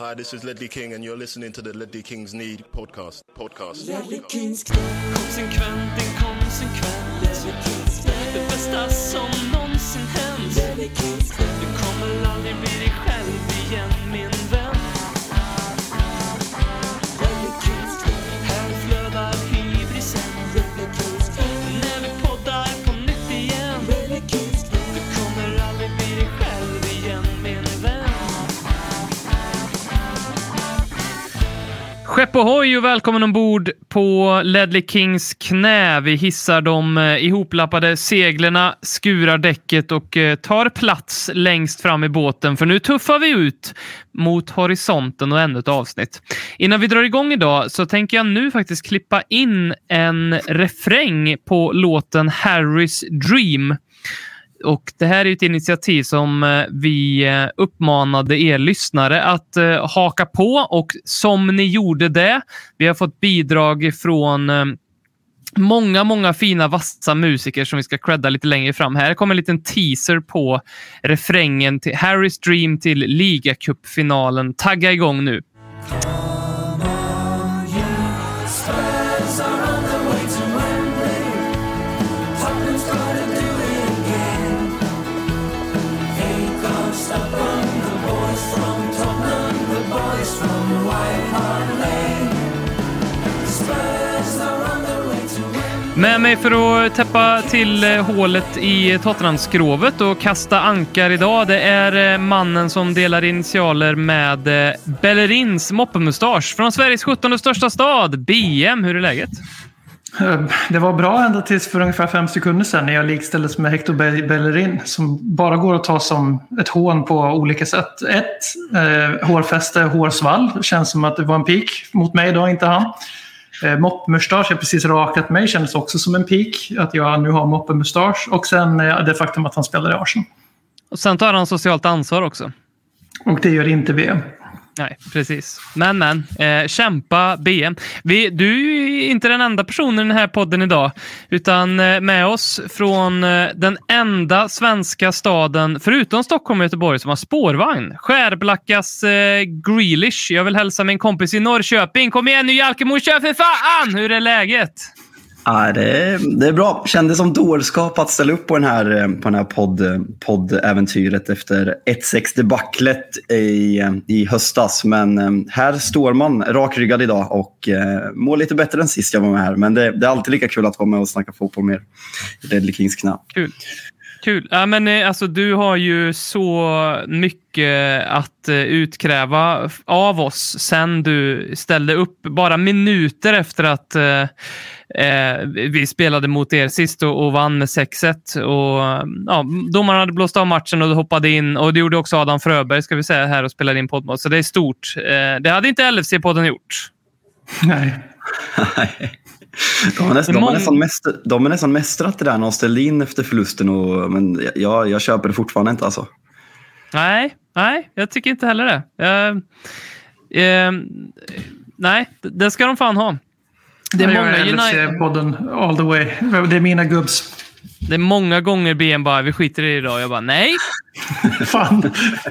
Hi, this is Ledley King and you're listening to the Ledley Kings Need podcast. Ledley Kings knä. Konsekvent, inkonsekvent. Det bästa som någonsin hänt. Ledley Kings knä. Du kommer aldrig bli dig själv igen, min vän. Ledley Kings knä. Här flödar hybrisen. Ledley Kings knä. När vi poddar på nytt igen. Ledley Kings knä. Du kommer aldrig bli dig själv igen, min vän. Skepp ohoj och välkommen ombord på Ledley Kings knä. Vi hissar de ihoplappade seglerna, skurar däcket och tar plats längst fram i båten. För nu tuffar vi ut mot horisonten och ännu ett avsnitt. Innan vi drar igång idag så tänker jag nu faktiskt klippa in en refräng på låten Harry's Dream. Och det här är ett initiativ som vi uppmanade er lyssnare att haka på, och som ni gjorde det, vi har fått bidrag från många fina vassa musiker som vi ska credda lite längre fram. Här kommer en liten teaser på refrängen till Harry's Dream till ligacupfinalen. Tagga igång nu. Med mig för att täppa till hålet i Tottenhamskrovet och kasta ankar idag, det är mannen som delar initialer med Bellerins moppemustasch från Sveriges 17:e största stad, BM. Hur är läget? Det var bra ända tills för ungefär 5 sekunder sedan när jag likställdes med Hector Bellerin, som bara går att ta som ett hån på olika sätt. Hårfäste, hårsvall. Det känns som att det var en pik mot mig då, inte han. Moppemustasch, jag precis rakat mig, kändes också som en pik att jag nu har moppemustasch. Och sen det faktum att han spelar i Arsenal. Och sen tar han socialt ansvar också. Och det gör inte BM. Nej, precis. Men, kämpa BM. Du är ju inte den enda personen i den här podden idag, utan med oss från den enda svenska staden, förutom Stockholm och Göteborg, som har spårvagn. Skärblackas Grealish. Jag vill hälsa min kompis i Norrköping. Kom igen nu, Jalkemo, kör för fan! Hur är läget? Ja, det är bra. Kändes som dårskap att ställa upp på den här podd-äventyret efter 1-6 debaclet i höstas. Men här står man rakryggad idag och mår lite bättre än sist jag var med här. Men det är alltid lika kul att vara med och snacka fotboll med Ledley Kings knä. Kul. Ja, men alltså, du har ju så mycket att utkräva av oss sen du ställde upp bara minuter efter att vi spelade mot er sist och vann med 6-1. Och ja, domarna hade blåst av matchen och du hoppade in, och det gjorde också Adam Fröberg, ska vi säga, här och spelade in podd. Så det är stort. Det hade inte LFC-podden gjort. Nej. De är nästan mästrat det där när de ställde in efter förlusten, men jag köper det fortfarande inte alltså. Nej, jag tycker inte heller det. Nej, det ska de fan ha. Det är många LFC-podden all the way. Det är mina gubbs. Det är många gånger BM bara, vi skiter i det idag. Jag bara, nej. Fan.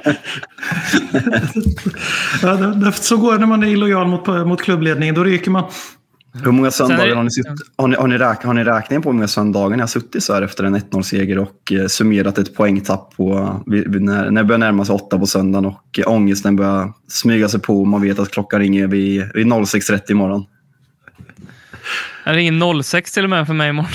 Så går det när man är illojal mot klubbledningen. Då ryker man. Hur många söndagar har ni räknat på hur många söndagar ni har suttit så här efter en 1-0-seger och summerat ett poängtapp på när det börjar närma sig 8 på söndagen och ångesten börjar smyga sig på och man vet att klockan ringer vid 06.30 imorgon? Det ringer 06 till och med för mig imorgon.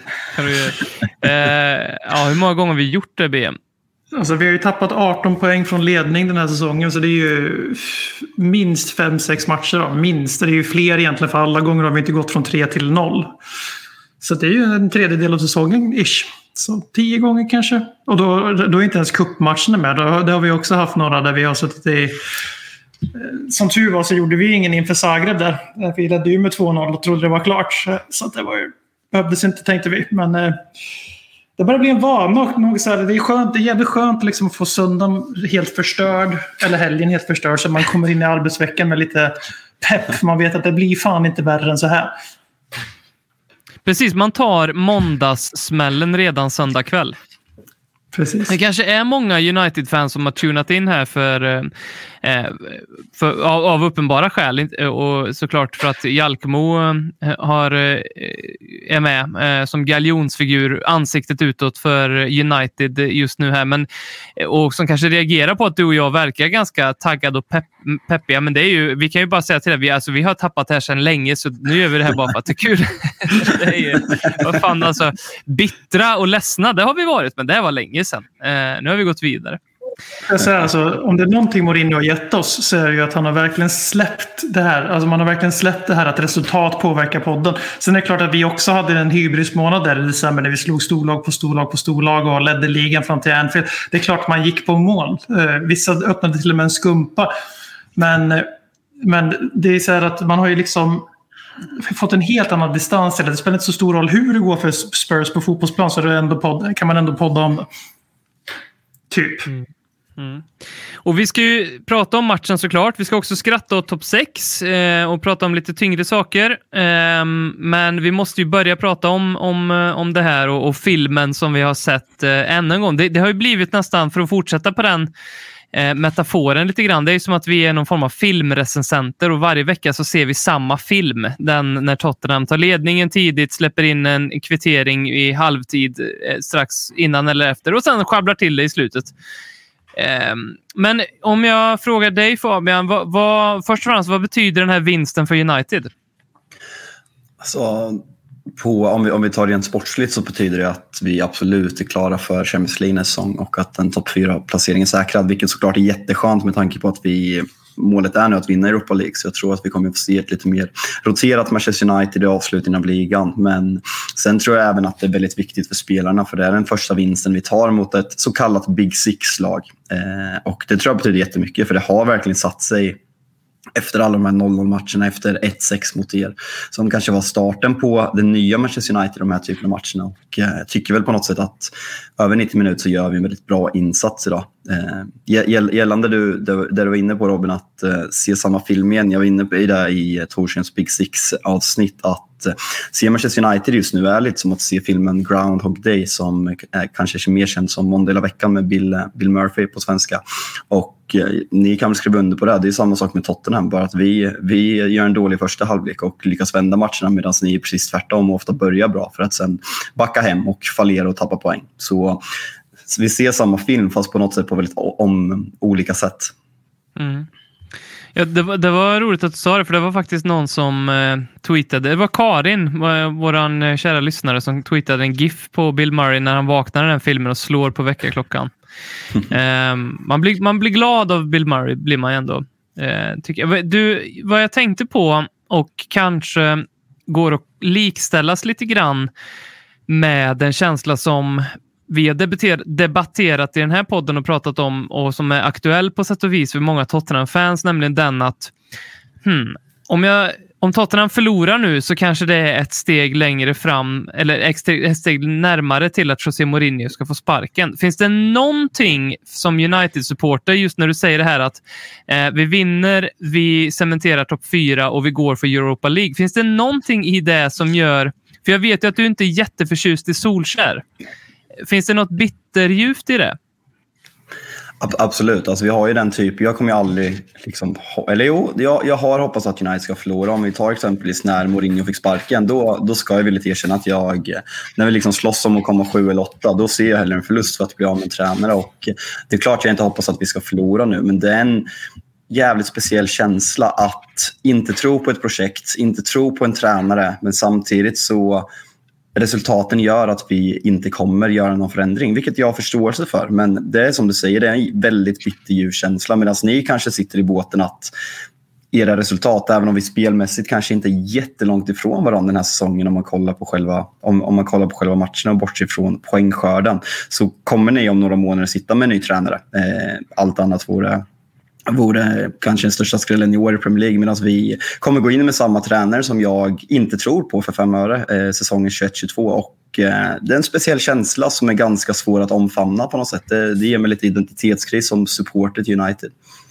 Hur många gånger har vi gjort det, BM? Alltså, vi har ju tappat 18 poäng från ledning den här säsongen, så det är ju minst 5-6 matcher då. Minst. Det är ju fler egentligen, för alla gånger har vi inte gått från 3 till 0. Så det är ju en tredjedel av säsongen ish. Så 10 gånger kanske. Och då är inte ens cupmatcherna med. Det har vi också haft några där vi har suttit i. Som tur var så gjorde vi ingen inför Zagreb där. Vi ledde ju med 2-0 och trodde det var klart. Så det var ju, behövdes inte, tänkte vi. Men det börjar bli en vana. Det är skönt, det är jävligt skönt liksom att få söndagen helt förstörd. Eller helgen helt förstörd. Så man kommer in i arbetsveckan med lite pepp. Man vet att det blir fan inte värre än så här. Precis, man tar måndagssmällen redan söndag kväll. Precis. Det kanske är många United-fans som har tunat in här för Av uppenbara skäl. Och såklart för att Jalkemo är med som galjonsfigur, ansiktet utåt för United just nu här. Och som kanske reagerar på att du och jag verkar ganska taggad och peppiga. Men det är ju, vi kan ju bara säga till det, vi har tappat det här sedan länge, så nu gör vi det här bara för att det är kul. Det är ju, vad fan alltså, bittra och ledsna, det har vi varit, men det var länge sedan. Nu har vi gått vidare. Jag säger alltså, om det är någonting Mourinho har gett oss, så är det ju att han har verkligen släppt det här. Alltså man har verkligen släppt det här att resultat påverkar podden. Sen är det klart att vi också hade en hybrismånad där i december när vi slog storlag på storlag och ledde ligan fram till Anfield. Det är klart man gick på mål. Vissa öppnade till och med en skumpa. Men det är så här att man har ju liksom fått en helt annan distans. Det spelar inte så stor roll hur det går för Spurs på fotbollsplan, så det ändå kan man ändå podda om det. Typ. Och vi ska ju prata om matchen såklart. Vi ska också skratta åt topp 6 och prata om lite tyngre saker. Men vi måste ju börja prata om det här och filmen som vi har sett ännu en gång. Det har ju blivit nästan, för att fortsätta på den metaforen lite grann. Det är ju som att vi är någon form av filmrecensenter och varje vecka så ser vi samma film. Den när Tottenham tar ledningen tidigt, släpper in en kvittering i halvtid strax innan eller efter och sen sjabblar till det i slutet. Men om jag frågar dig, Fabian, först och främst, vad betyder den här vinsten för United? Alltså, om vi tar rent sportsligt så betyder det att vi absolut är klara för Champions League säsong och att en topp 4-placering är säkrad, vilket såklart är jätteskönt med tanke på att målet är nu att vinna Europa League, så jag tror att vi kommer att få se ett lite mer roterat Manchester United i avslutningen av ligan. Men sen tror jag även att det är väldigt viktigt för spelarna, för det är den första vinsten vi tar mot ett så kallat Big Six-lag. Och det tror jag betyder jättemycket, för det har verkligen satt sig efter alla de här 0-0-matcherna, efter 1-6 mot er, som kanske var starten på den nya Manchester United i de här typen av matcherna. Och jag tycker väl på något sätt att över 90 minuter så gör vi en väldigt bra insats idag. Gällande där du var inne på, Robin, att se samma film igen. Jag var inne på det i Torsens Big Six-avsnitt, att se Manchester United just nu är lite som att se filmen Groundhog Day, som kanske är mer känd som Måndag hela veckan med Bill Murphy på svenska. Och ni kan väl skriva under på det. Det är samma sak med Tottenham, bara att vi gör en dålig första halvlek och lyckas vända matcherna, medan ni är precis tvärtom och ofta börjar bra för att sen backa hem och fallera och tappa poäng. Så vi ser samma film fast på något sätt på väldigt olika sätt. Mm. Ja, det var roligt att du sa det, för det var faktiskt någon som tweetade. Det var Karin, våran kära lyssnare, som tweetade en gif på Bill Murray när han vaknar i den filmen och slår på väckarklockan. Man blir glad av Bill Murray, blir man ändå. Vad jag tänkte på, och kanske går att likställas lite grann med den känsla som vi har debatterat i den här podden och pratat om, och som är aktuell på sätt och vis för många Tottenham-fans, nämligen den att om Tottenham förlorar nu så kanske det är ett steg längre fram, eller ett steg närmare till att José Mourinho ska få sparken. Finns det någonting som United-supporter, just när du säger det här att vi vinner, vi cementerar topp 4 och vi går för Europa League, finns det någonting i det som gör, för jag vet ju att du inte är jätteförtjust i Solskär. Finns det något bitterljuvt i det? Absolut, alltså vi har ju den typ. Jag kommer ju aldrig jag har hoppats att United ska förlora. Om vi tar exempelvis när Mourinho fick sparken, då ska jag vilja erkänna att när vi liksom slåss om att komma 7 eller 8, då ser jag hellre en förlust för att bli av med en tränare. Och det är klart jag inte hoppas att vi ska förlora nu, men det är en jävligt speciell känsla att inte tro på ett projekt, inte tro på en tränare, men samtidigt så resultaten gör att vi inte kommer göra någon förändring, vilket jag har förståelse för. Men det är som du säger, det är en väldigt bitterljuv känsla, medan ni kanske sitter i båten att era resultat, även om vi spelmässigt kanske inte är jättelångt ifrån varandra den här säsongen, om man kollar på själva matcherna och bortser från poängskörden, så kommer ni om några månader sitta med en ny tränare. Allt annat vore kanske den största skrällen i år i Premier League, medan vi kommer gå in med samma tränare som jag inte tror på för 5 öre säsongen 21-22, och det är en speciell känsla som är ganska svår att omfamna på något sätt. Det ger mig lite identitetskris som supporter till United.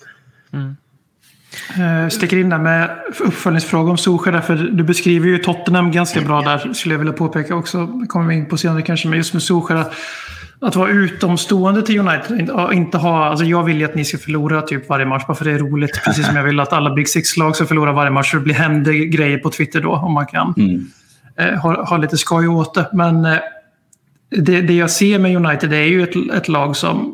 Sticker in där med uppföljningsfråga om Solskjaer, för du beskriver ju Tottenham ganska bra där, skulle jag vilja påpeka också. Kommer vi in på senare kanske, men just med Solskjaer, att vara utomstående till United och inte ha, alltså jag vill ju att ni ska förlora typ varje match bara för det är roligt, precis som jag vill att alla Big Six-lag ska förlora varje match, så det blir händer grejer på Twitter då om man kan ha lite skoj åt det. Men det jag ser med United är ju ett lag som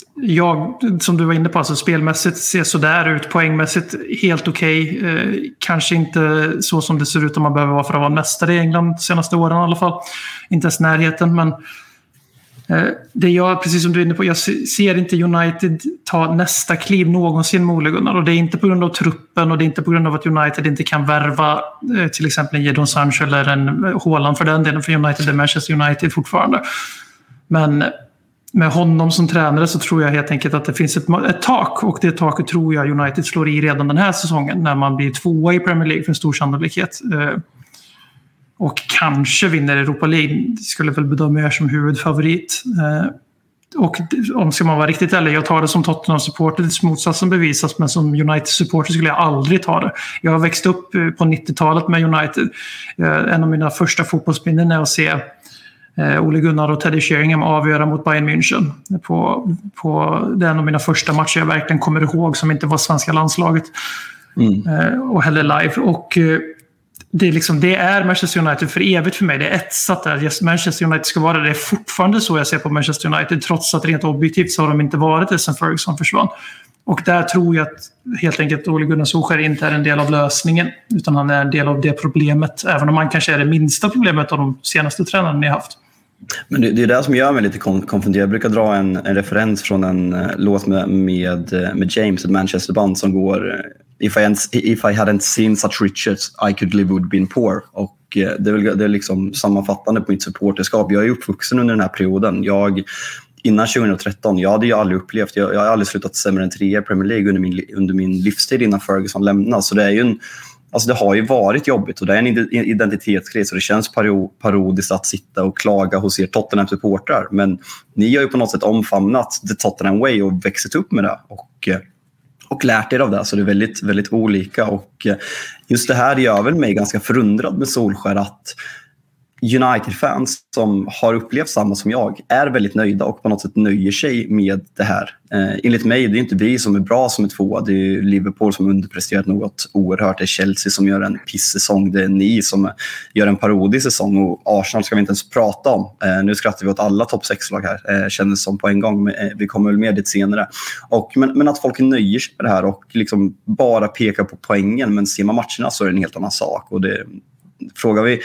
som du var inne på, alltså spelmässigt ser så där ut, poängmässigt helt okej. Kanske inte så som det ser ut om man behöver vara för att vara mästare i England de senaste åren i alla fall. Inte ens närheten, men det jag, precis som du är inne på, jag ser inte United ta nästa kliv någonsin med Ole Gunnar, och det är inte på grund av truppen och det är inte på grund av att United inte kan värva till exempel en Jadon Sancho eller en Haaland för den delen, för United är Manchester United fortfarande. Men med honom som tränare så tror jag helt enkelt att det finns ett tak, och det taket tror jag United slår i redan den här säsongen när man blir 2 i Premier League för en stor sannolikhet. Och kanske vinner Europa League, skulle väl bedöma er som huvudfavorit. Och om ska man vara riktigt ärlig, jag tar det som Tottenham-supporter, det är motsatsen bevisas, men som United-supporter skulle jag aldrig ta det. Jag har växt upp på 90-talet med United. En av mina första fotbollsminnen är att se Ole Gunnar och Teddy Sheringham avgöra mot Bayern München. Det är en av mina första matcher jag verkligen kommer ihåg som inte var svenska landslaget. Och heller live. Och det är Manchester United för evigt för mig. Det är etsat där Manchester United ska vara. Det är fortfarande så jag ser på Manchester United, trots att rent objektivt så har de inte varit det sen Ferguson försvann. Och där tror jag att helt enkelt Ole Gunnar Solskjær inte är en del av lösningen, utan han är en del av det problemet, även om han kanske är det minsta problemet av de senaste tränarna ni har haft. Men det är det som gör mig lite konfunderad. Jag brukar dra en referens från en låt med James, ett Manchester-band som går If I hadn't seen such riches I could live would been poor. Och det är liksom sammanfattande på mitt supporterskap. Jag är uppvuxen under den här perioden. Innan 2013, jag hade ju aldrig upplevt, jag har aldrig slutat sämre än 3 i Premier League under min livstid innan Ferguson lämnade. Så det är ju det har ju varit jobbigt, och det är en identitetskris, och det känns parodiskt att sitta och klaga hos er Tottenham-supportrar. Men ni har ju på något sätt omfamnat the Tottenham way och växt upp med det och lärt er av det. Så det är väldigt, väldigt olika, och just det här gör väl mig ganska förundrad med Solskjær, att United-fans som har upplevt samma som jag är väldigt nöjda och på något sätt nöjer sig med det här. Enligt mig, det är inte vi som är bra som är 2. Det är Liverpool som underpresterat något oerhört. Det är Chelsea som gör en pissäsong. Det är ni som gör en parodisk säsong, och Arsenal ska vi inte ens prata om. Nu skrattar vi åt alla topp 6-lag här, kändes som på en gång. Vi kommer väl med det senare. Men att folk nöjer sig med det här och liksom bara pekar på poängen, men ser man matcherna så är det en helt annan sak. Och det frågar vi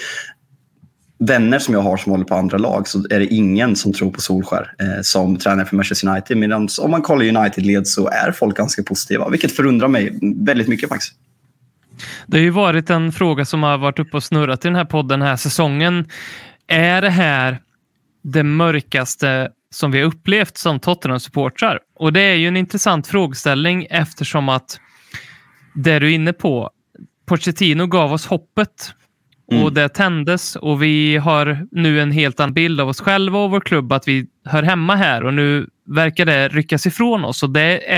vänner som jag har som håller på andra lag, så är det ingen som tror på Solskjær som tränare för Manchester United. Medan om man kollar United-led så är folk ganska positiva, vilket förundrar mig väldigt mycket faktiskt. Det har ju varit en fråga som har varit uppe och snurrat i den här podden här säsongen. Är det här det mörkaste som vi har upplevt som Tottenham-supportrar? Och det är ju en intressant frågeställning, eftersom att det du är inne på, Pochettino gav oss hoppet. Och det tändes, och vi har nu en helt annan bild av oss själva och vår klubb, att vi hör hemma här, och nu verkar det ryckas ifrån oss, och det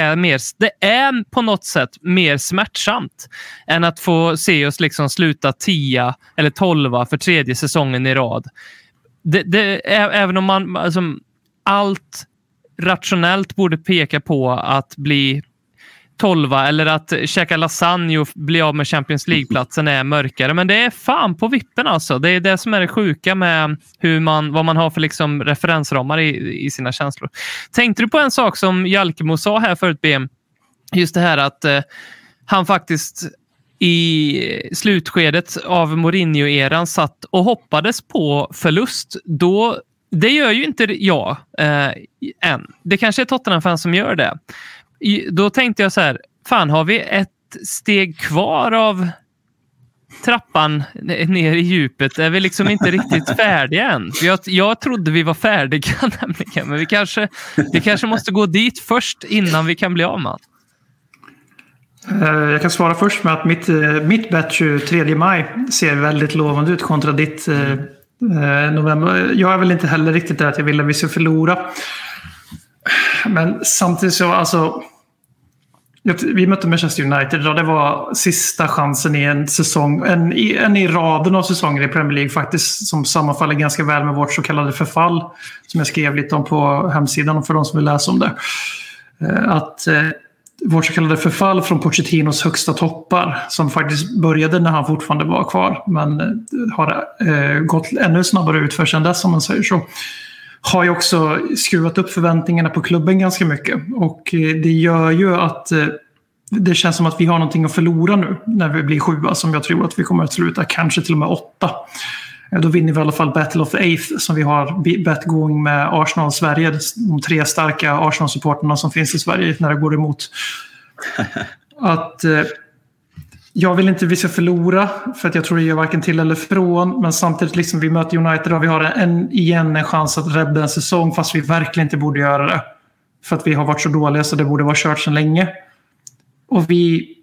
är på något sätt mer smärtsamt än att få se oss liksom sluta 10 eller 12 för 3:e säsongen i rad. Det är, även om man alltså, allt rationellt borde peka på att bli 12 eller att käka lasagne och bli av med Champions League-platsen är mörkare. Men det är fan på vippen alltså. Det är det som är det sjuka med vad man har för liksom referensramar i sina känslor. Tänkte du på en sak som Jalkemo sa här förut, BM? Just det här att han faktiskt i slutskedet av Mourinho-eran satt och hoppades på förlust. Det gör ju inte jag än. Det kanske är Tottenham-fans som gör det. Då tänkte jag så här, fan, har vi ett steg kvar av trappan ner i djupet? Är vi liksom inte riktigt färdiga än? Jag trodde vi var färdiga nämligen, men vi kanske måste gå dit först innan vi kan bli av med. Jag kan svara först med att mitt bet 23 maj ser väldigt lovande ut kontra ditt november. Jag är väl inte heller riktigt där att jag vill att vi ska förlora. Men samtidigt så, alltså, Vi mötte Manchester United och det var sista chansen i en säsong, en i raden av säsonger i Premier League faktiskt, som sammanfaller ganska väl med vårt så kallade förfall som jag skrev lite om på hemsidan för de som vill läsa om det. Att vårt så kallade förfall från Pochettinos högsta toppar, som faktiskt började när han fortfarande var kvar men har gått ännu snabbare ut för sedan dess, om man säger så, har ju också skruvat upp förväntningarna på klubben ganska mycket. Och det gör ju att det känns som att vi har någonting att förlora nu när vi blir 7, som jag tror att vi kommer att sluta, kanske till och med 8. Då vinner vi i alla fall Battle of the Eighth, som vi har bet-going med Arsenal Sverige, de 3 starka Arsenal-supporterna som finns i Sverige när det går emot. Att jag vill inte vi ska förlora, för att jag tror det gör varken till eller från, men samtidigt liksom vi möter United och vi har en chans att rädda en säsong, fast vi verkligen inte borde göra det, för att vi har varit så dåliga så det borde vara kört sedan länge. Och vi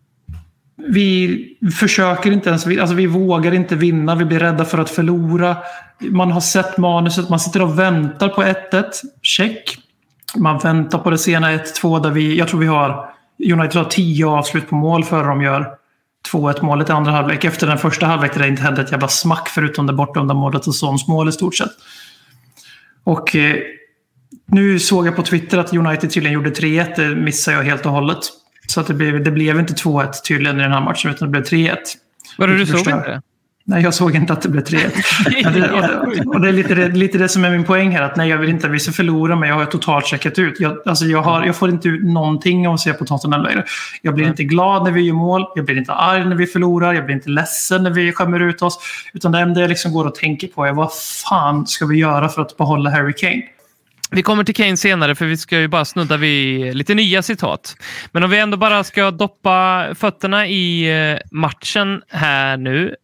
försöker inte ens, alltså vi vågar inte vinna, vi blir rädda för att förlora. Man har sett manuset, man sitter och väntar på 1-1, check. Man väntar på det sena 1-2 där jag tror vi har, United har 10 avslut på mål före de gör 2-1 målet i andra halvlek. Efter den första halvlek där det inte hände ett jävla smack förutom det bortdömda målet och Sons mål i stort sett. Och nu såg jag på Twitter att United tydligen gjorde 3-1, det missade jag helt och hållet. Så att det blev inte 2-1 tydligen i den här matchen, utan det blev 3-1. Var det du såg inte? Nej, jag såg inte att det blev 3-1. och det är lite det som är min poäng här. Att nej, jag vill inte att vi ska förlora, men jag har totalt checkat ut. Jag får inte ut någonting av att se på Tottenham längre. Jag blir inte glad när vi gör mål. Jag blir inte arg när vi förlorar. Jag blir inte ledsen när vi skämmer ut oss. Utan det enda jag liksom går och tänker på är vad fan ska vi göra för att behålla Harry Kane? Vi kommer till Kane senare, för vi ska ju bara snudda vid lite nya citat. Men om vi ändå bara ska doppa fötterna i matchen här nu.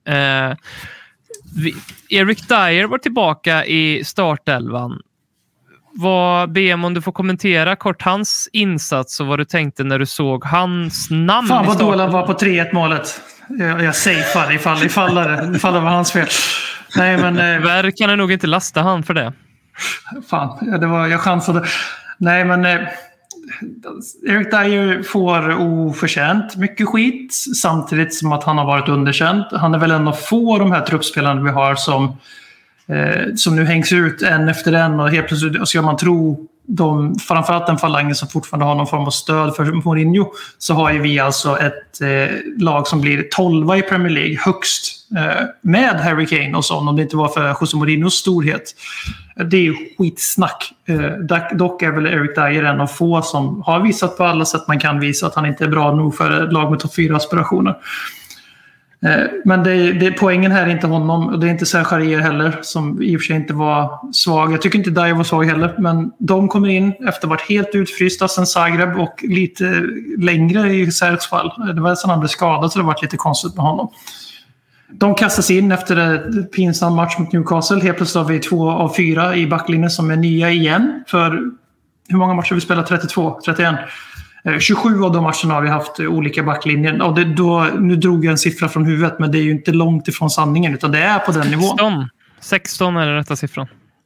Eric Dyer var tillbaka i startelvan. BM, om du får kommentera kort hans insats och vad du tänkte när du såg hans namn. Fan vad dålig han var på 3-1 målet. Jag safear ifall det var hans fel. Nej, men tyvärr kan jag nog inte lasta han för det. Fan, jag chansade. Nej, men Eric Dyer får oförtjänt mycket skit, samtidigt som att han har varit underkänd. Han är väl en av få de här truppspelarna vi har som nu hängs ut en efter en, och helt plötsligt ska man tro framförallt den falangen som fortfarande har någon form av stöd för Mourinho, så har ju vi alltså ett lag som blir 12 i Premier League högst med Harry Kane och sånt, om det inte var för José Mourinhos storhet. Det är ju skitsnack. Dock är väl Eric Dyer en av få som har visat på alla sätt man kan visa att han inte är bra nog för ett lag med topp 4 aspirationer. Men poängen här är inte honom, och det är inte Serge heller, som i och för sig inte var svag. Jag tycker inte Dyer var svag heller, men de kommer in efter att ha varit helt utfrysta sen Zagreb och lite längre i Serges fall. Det var sen han blev skadad, så det var lite konstigt med honom. De kastas in efter en pinsam match mot Newcastle. Helt plötsligt har vi 2 av 4 i backlinjen som är nya igen. För hur många matcher har vi spelat? 32, 31. 27 av de matcherna har vi haft olika backlinjer. Och nu drog jag en siffra från huvudet, men det är ju inte långt ifrån sanningen, utan det är på den nivån. 16 är den rätta siffran.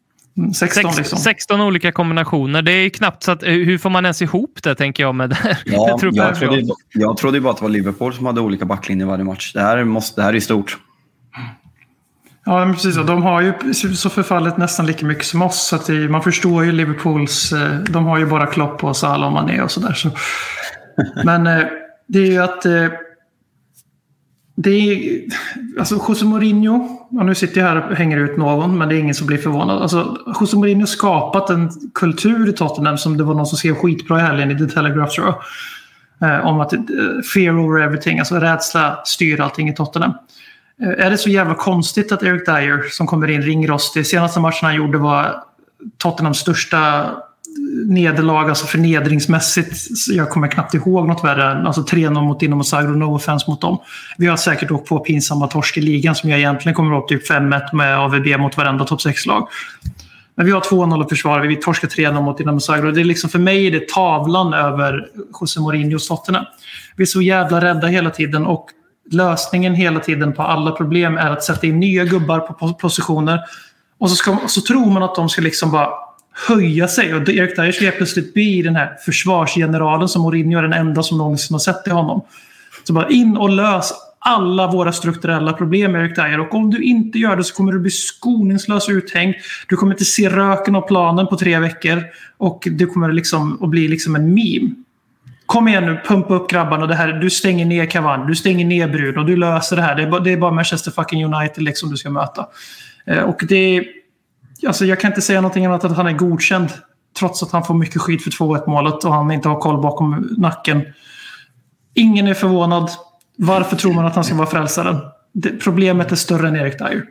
16 olika kombinationer. Det är knappt så att, hur får man ens ihop det, tänker jag med det. Jag trodde bara att det var Liverpool som hade olika backlinjer varje match. Det här är stort. Ja, men precis. De har ju så förfallet nästan lika mycket som oss, så att man förstår ju Liverpools, de har ju bara Klopp och Salah och Mané och sådär. Så. Men det är ju att det är, alltså José Mourinho, och nu sitter jag här och hänger ut någon, men det är ingen som blir förvånad. Alltså José Mourinho har skapat en kultur i Tottenham som det var någon som skrev skitbra i helgen i The Telegraph, tror jag, om att fear over everything, alltså rädsla styr allting i Tottenham. Är det så jävla konstigt att Eric Dyer, som kommer in ringrostig, senaste matchen han gjorde var Tottenhams största nederlag, alltså förnedringsmässigt. Jag kommer knappt ihåg något värre än alltså 3-0 mot Dinamo Zagreb, no offense mot dem. Vi har säkert åkt på pinsamma torsk i ligan som jag egentligen kommer ihåg typ 5-1 med AVB mot varenda topp 6-lag. Men vi har 2-0 att försvara, vi torskar 3-0 mot Dinamo Zagreb. Det är liksom, för mig är det tavlan över José Mourinhos Tottenham. Vi är så jävla rädda hela tiden, och lösningen hela tiden på alla problem är att sätta in nya gubbar på positioner, och så tror man att de ska liksom bara höja sig. Och Eric Dyer ska plötsligt bli den här försvarsgeneralen som Mourinho är den enda som någonsin har sett i honom. Så bara in och lös alla våra strukturella problem, Eric Dyer. Och om du inte gör det så kommer du bli skoningslös uthängd. Du kommer inte se röken av planen på 3 veckor. Och det kommer liksom att bli liksom en meme. Kom igen nu, pumpa upp grabbarna. Det här, du stänger ner Cavani, du stänger ner Bruno, du löser det här. Det är bara Manchester fucking United liksom du ska möta. Och det är... Alltså jag kan inte säga någonting annat att han är godkänd trots att han får mycket skit för 2-1-målet och han inte har koll bakom nacken. Ingen är förvånad. Varför tror man att han ska vara frälsaren? Problemet är större än Eric Dyer.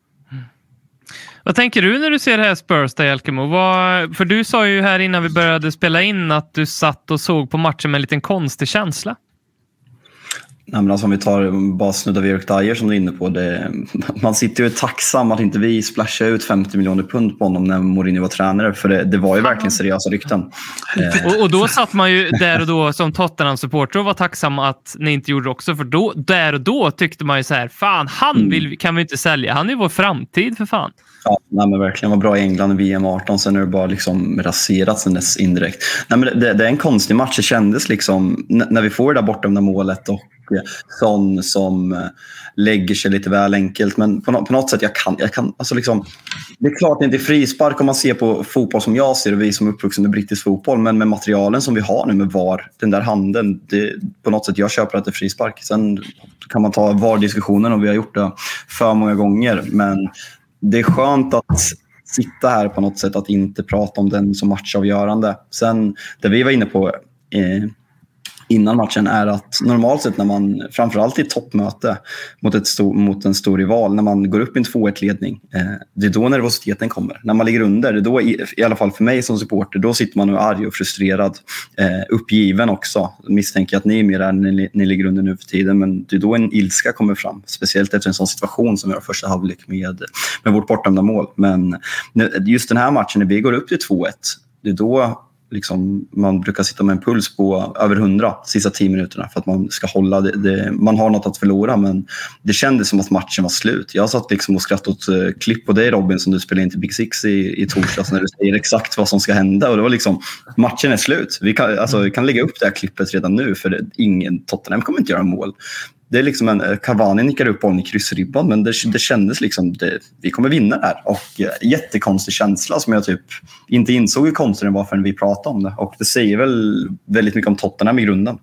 Vad tänker du när du ser det här Spurs där, Jalkemo? För du sa ju här innan vi började spela in att du satt och såg på matchen med en liten konstig känsla. Nej, men alltså om vi tar bara snudda vid Eric Dyer som du är inne på. Man sitter ju tacksam att inte vi splashade ut 50 miljoner pund på honom när Mourinho var tränare. För det var ju verkligen seriösa rykten. Och då satt man ju där och då som Tottenham-supporter och var tacksam att ni inte gjorde det också. För där och då tyckte man ju så här, fan, kan vi inte sälja. Han är ju vår framtid för fan. Ja, nej, men verkligen var bra i England i VM 18. Sen är det bara liksom raserat sen dess indirekt. Nej, men det är en konstig match. Det kändes liksom när vi får det där bortom det målet och sån som lägger sig lite väl enkelt. Men på något sätt jag kan alltså liksom, det är klart det inte är frispark om man ser på fotboll som jag ser och vi som är uppvuxna med brittisk fotboll. Men med materialen som vi har nu med VAR, den där handen, på något sätt jag köper att det är frispark. Sen kan man ta VAR-diskussionen och vi har gjort det för många gånger. Men det är skönt att sitta här på något sätt, att inte prata om den som matchavgörande. Sen, det vi var inne på innan matchen är att normalt sett när man, framförallt i toppmöte mot en stor rival, när man går upp i en 2-1-ledning, det är då nervositeten kommer. När man ligger under, det är då, i alla fall för mig som supporter, då sitter man och arg och frustrerad, uppgiven också. Misstänker att ni är mer där när ni ligger under nu för tiden, men det är då en ilska kommer fram, speciellt efter en sån situation som vi har första halvlek med vårt bortdömda mål. Men just den här matchen, när vi går upp till 2-1, det är då liksom, man brukar sitta med en puls på över 100 sista 10 minuterna för att man ska hålla det. Man har något att förlora, men det kändes som att matchen var slut. Jag satt liksom och skrattade åt klipp på dig, Robin, som du spelade in till Big Six i torsdags när du säger exakt vad som ska hända. Och det var liksom, matchen är slut. Vi kan lägga upp det här klippet redan nu, för Tottenham kommer inte göra mål. Det är liksom Cavani nickar upp bollen i kryssribban, men det kändes liksom vi kommer vinna där. Och jättekonstig känsla som jag typ inte insåg hur konstig den var förrän vi pratade om det. Och det säger väl väldigt mycket om Tottenham i grunden.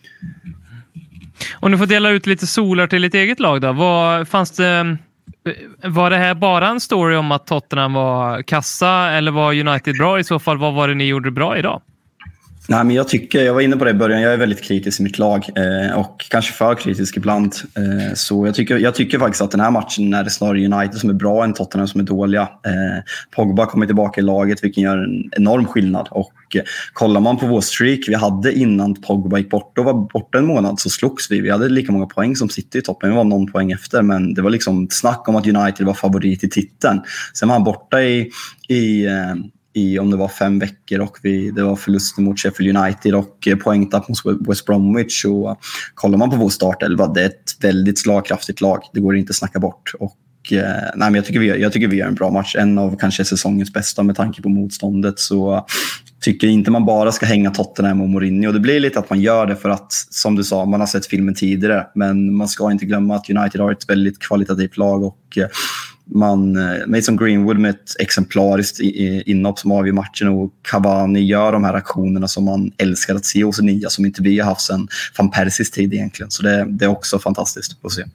Om du får dela ut lite solar till ditt eget lag då. Var det här bara en story om att Tottenham var kassa, eller var United bra? I så fall, vad var det ni gjorde bra idag? Nej, men jag var inne på det i början, jag är väldigt kritisk i mitt lag och kanske för kritisk ibland. Så jag tycker faktiskt att den här matchen är det snarare United som är bra än Tottenham som är dåliga. Pogba kommer tillbaka i laget, vilken gör en enorm skillnad. Och kollar man på vår streak vi hade innan Pogba gick bort och var borta en månad, så slogs vi. Vi hade lika många poäng som City i toppen, vi var någon poäng efter, men det var liksom snack om att United var favorit i titeln. Sen var han borta i om det var 5 veckor och det var förluster mot Sheffield United och poängtapp mot West Bromwich. Och kollar man på vår startelva, det är ett väldigt slagkraftigt lag. Det går inte att snacka bort. Och nej, men jag tycker vi gör en bra match. En av kanske säsongens bästa med tanke på motståndet. Så tycker inte man bara ska hänga Tottenham och Mourinho. Det blir lite att man gör det för att, som du sa, man har sett filmen tidigare. Men man ska inte glömma att United har ett väldigt kvalitativt lag och Mason Greenwood med ett exemplariskt inhopp som avgör matchen, och Cavani gör de här aktionerna som man älskar att se hos Nia, som inte vi har haft sedan Van Persies tid egentligen. Så det är också fantastiskt att se.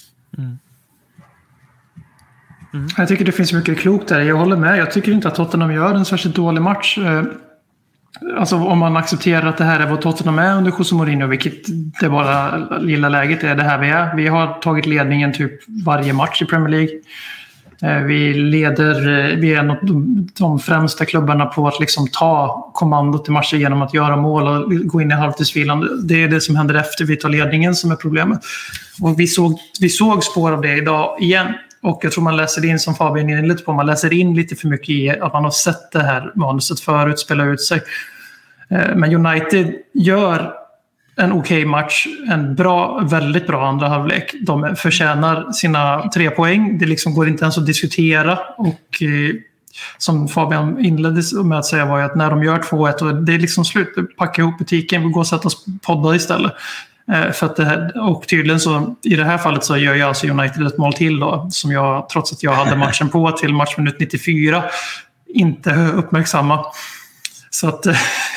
Jag tycker det finns mycket klokt där. Jag håller med. Jag tycker inte att Tottenham gör en särskilt dålig match. Alltså om man accepterar att det här är vad Tottenham är under José Mourinho, vilket det bara lilla läget är det här vi är. Vi har tagit ledningen typ varje match i Premier League. Vi är en av de främsta klubbarna på att liksom ta kommandot i matcher genom att göra mål och gå in i halvtidsvilan. Det är det som händer efter vi tar ledningen som är problemet. Och vi såg spår av det idag igen. Och jag tror man läser in, som Fabian är lite på, man läser in lite för mycket i att man har sett det här manuset förut spela ut sig. Men United gör en okej match, en väldigt bra andra halvlek. De förtjänar sina 3 poäng. Det liksom går inte ens att diskutera. Och som Fabian inledde med att säga var ju att när de gör 2-1 och det är liksom slut, packa ihop butiken, vi går och sätta oss podda istället. För att det här, och tydligen så i det här fallet så gör jag alltså United ett mål till då, som jag, trots att jag hade matchen på till matchminut 94, inte uppmärksamma. Så att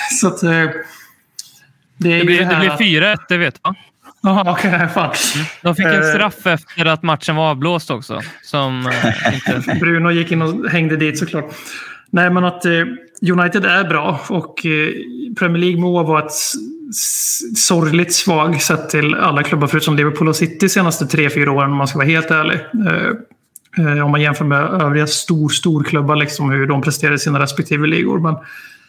det blir 4-1, det vet man. Jaha, okej, fan. De fick en straff efter att matchen var avblåst också. Som inte... Bruno gick in och hängde dit såklart. Nej, men att United är bra och Premier League må vara ett sorgligt svag sett till alla klubbar förutom Liverpool och City de senaste 3-4 åren, om man ska vara helt ärlig. Om man jämför med övriga storklubbar, liksom hur de presterar i sina respektive ligor. Men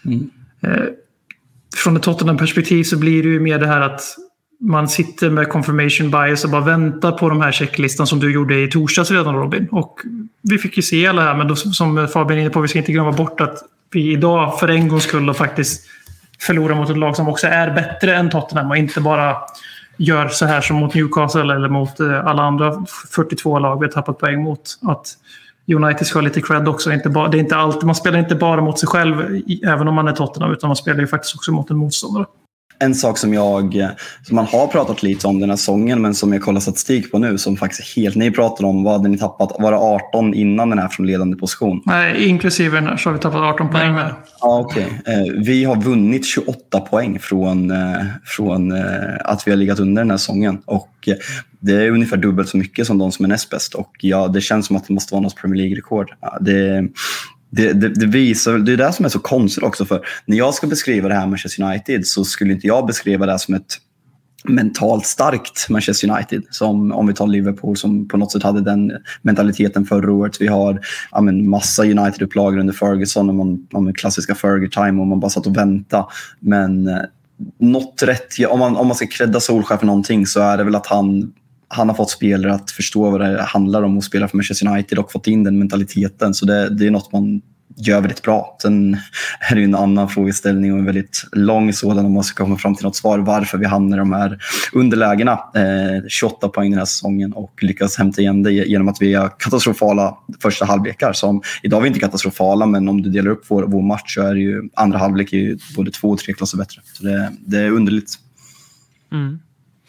från ett Tottenham-perspektiv så blir det ju mer det här att man sitter med confirmation bias och bara väntar på de här checklistan som du gjorde i torsdags redan, Robin. Och vi fick ju se alla här, men då, som Fabian är inne på, vi ska inte glömma bort att vi idag för en gångs skull faktiskt förlorar mot ett lag som också är bättre än Tottenham och inte bara gör så här som mot Newcastle eller mot alla andra 42 lag vi har tappat poäng mot. Att United ska ha lite cred också. Det är inte alltid, man spelar inte bara mot sig själv även om man är Tottenham, utan man spelar ju faktiskt också mot en motståndare. En sak som man har pratat lite om den här säsongen, men som jag kollar statistik på nu, som faktiskt helt, ni pratar om, vad hade ni tappat? Var det 18 innan den här från ledande position? Nej, inklusive den här så har vi tappat 18 poäng med. Ja, okej. Vi har vunnit 28 poäng från att vi har legat under den här säsongen, och det är ungefär dubbelt så mycket som de som är näst bäst, och det känns som att det måste vara något Premier League-rekord. Det visar, det är det som är så konstigt också, för när jag ska beskriva det här Manchester United så skulle inte jag beskriva det som ett mentalt starkt Manchester United, som om vi tar Liverpool som på något sätt hade den mentaliteten förra året. Vi har massa United-upplagor under Ferguson och man klassiska Fergie-time och man bara satt och väntade, men något rätt, om man ska credda Solskjaer för någonting så är det väl att han har fått spelare att förstå vad det handlar om att spela för Manchester United och fått in den mentaliteten. Så det är något man gör väldigt bra. Sen är det ju en annan frågeställning och en väldigt lång sådan om man ska komma fram till något svar varför vi hamnar i de här underlägena. 28 poäng den här säsongen och lyckas hämta igen det genom att vi är katastrofala första halvlekar. Som, idag är vi inte katastrofala, men om du delar upp vår match så är det ju andra halvlek är ju både 2 och 3 klasser bättre. Så det är underligt. Mm.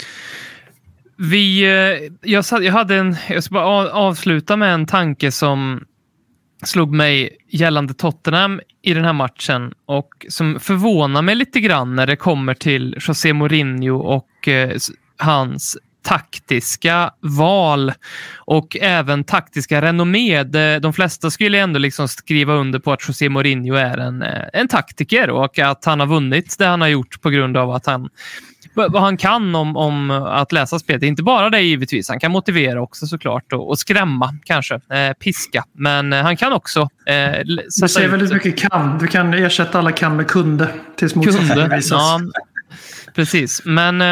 Jag ska bara avsluta med en tanke som slog mig gällande Tottenham i den här matchen och som förvånar mig lite grann när det kommer till José Mourinho och hans taktiska val och även taktiska renommé. De flesta skulle ändå liksom skriva under på att José Mourinho är en taktiker och att han har vunnit det han har gjort på grund av att vad han kan om att läsa spelet. Inte bara det givetvis. Han kan motivera också såklart och skrämma kanske. Piska. Men han kan också du säger väldigt mycket kan. Du kan ersätta alla kan med kunde tills motsatsen visas. Ja, precis. Men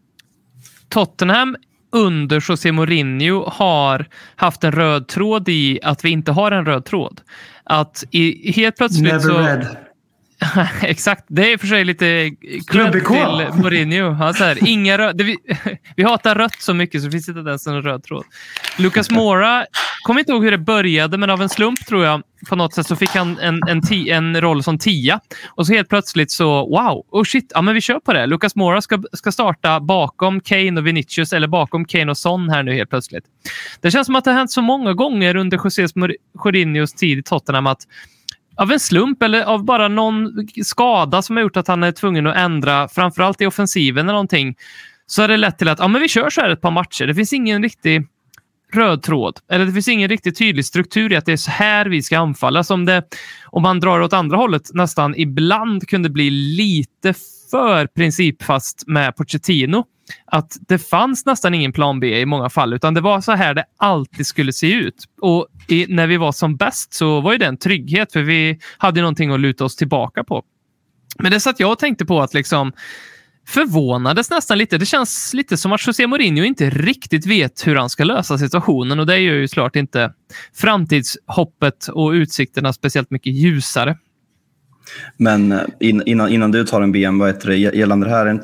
Tottenham under José Mourinho har haft en röd tråd i att vi inte har en röd tråd. Att helt plötsligt Never så... read. Exakt, det är för sig lite klubb till Mourinho. Han säger, vi hatar rött så mycket så finns det inte ens en röd tråd. Lucas Moura, kommer inte ihåg hur det började, men av en slump tror jag på något sätt så fick han en roll som 10 och så helt plötsligt så wow, shit, ja men vi kör på det. Lucas Moura ska starta bakom Kane och Vinicius eller bakom Kane och Son här nu helt plötsligt. Det känns som att det har hänt så många gånger under José Mourinhos tid i Tottenham att av en slump eller av bara någon skada som har gjort att han är tvungen att ändra framförallt i offensiven eller någonting, så är det lätt till att men vi kör så här ett par matcher. Det finns ingen riktig röd tråd eller det finns ingen riktigt tydlig struktur i att det är så här vi ska anfalla, som det om man drar åt andra hållet nästan ibland kunde bli lite för principfast med Pochettino. Att det fanns nästan ingen plan B i många fall, utan det var så här det alltid skulle se ut. Och när vi var som bäst så var ju det en trygghet, för vi hade någonting att luta oss tillbaka på. Men det satt jag och tänkte på att liksom förvånades nästan lite. Det känns lite som att José Mourinho inte riktigt vet hur han ska lösa situationen, och det är ju klart inte framtidshoppet och utsikterna speciellt mycket ljusare. Men innan du tar en BM, vad heter det, gällande det här, är inte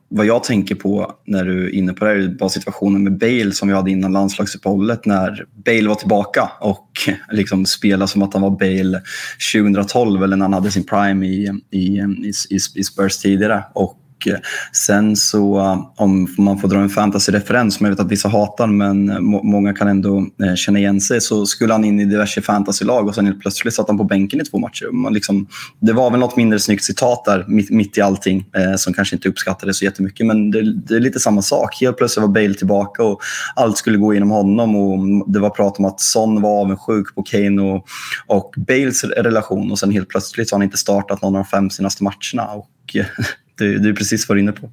vad jag tänker på när du är inne på det här är bara situationen med Bale som vi hade innan landslagsuppehållet, när Bale var tillbaka och liksom spelade som att han var Bale 2012 eller när han hade sin prime i Spurs tidigare. Och sen så, om man får dra en fantasy-referens som jag vet att vissa hatar, men många kan ändå känna igen sig, så skulle han in i diverse fantasy-lag och sen helt plötsligt satt han på bänken i 2 matcher. Det var väl något mindre snyggt citat där mitt i allting som kanske inte uppskattades så jättemycket, men det är lite samma sak. Helt plötsligt var Bale tillbaka och allt skulle gå igenom honom, och det var prat om att Son var avundsjuk på Kane och Bales relation, och sen helt plötsligt så har han inte startat någon av de 5 senaste matcherna, och det är precis vad du är inne på.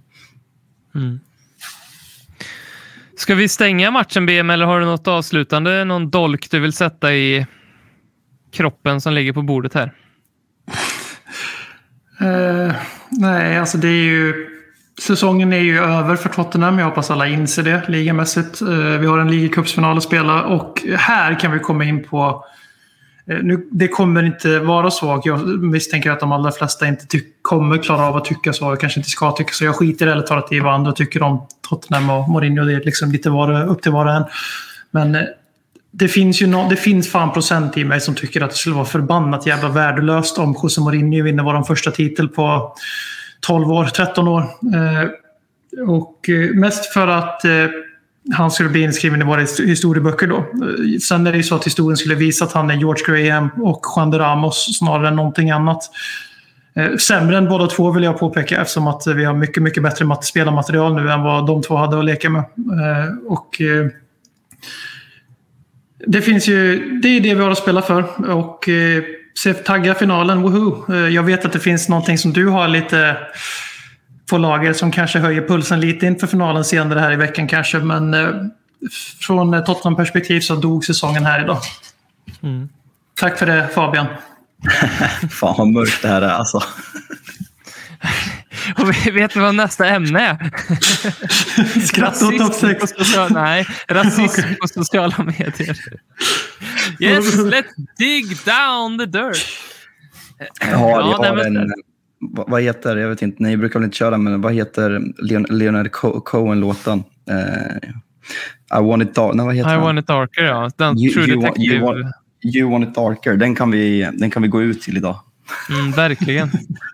Ska vi stänga matchen, BM, eller har du något avslutande, någon dolk du vill sätta i kroppen som ligger på bordet här? Nej, alltså det är ju... Säsongen är ju över för Tottenham. Jag hoppas alla inser det ligamässigt. Vi har en ligacupsfinal att spela, och här kan vi komma in på... Nu, det kommer inte vara så. Jag misstänker att de allra flesta inte kommer klara av att tycka så. Jag kanske inte ska tycka så. Jag skiter eller tar det i vad andra tycker om Tottenham och Mourinho. Det är liksom lite upp till var och en. Men det finns fan procent i mig som tycker att det skulle vara förbannat jävla värdelöst om José Mourinho vinner vår första titel på 12 år, 13 år. Och mest för att... han skulle bli inskriven i våra historieböcker då. Sen är det ju så att historien skulle visa att han är George Graham och Juan de Ramos snarare än någonting annat. Sämre än båda två vill jag påpeka, eftersom att vi har mycket, mycket bättre spelarmaterial nu än vad de två hade att leka med. Det finns ju, det är det vi har att spela för, och tagga finalen, woohoo. Jag vet att det finns någonting som du har lite på lager som kanske höjer pulsen lite inför finalen senare här i veckan kanske, men från Tottenham-perspektiv så dog säsongen här idag. Tack för det, Fabian. Fan vad mörkt det här är alltså. Och vet du vad nästa ämne är? Skratt åt topp 6. Rasism på sociala medier. Yes, let's dig down the dirt. Vad heter, jag vet inte, ni brukar väl inte köra, men vad heter Leonard Cohen-låten? I want it dark. Nej, vad heter I want it darker, ja. Den you want it darker. Den kan vi gå ut till idag. Verkligen.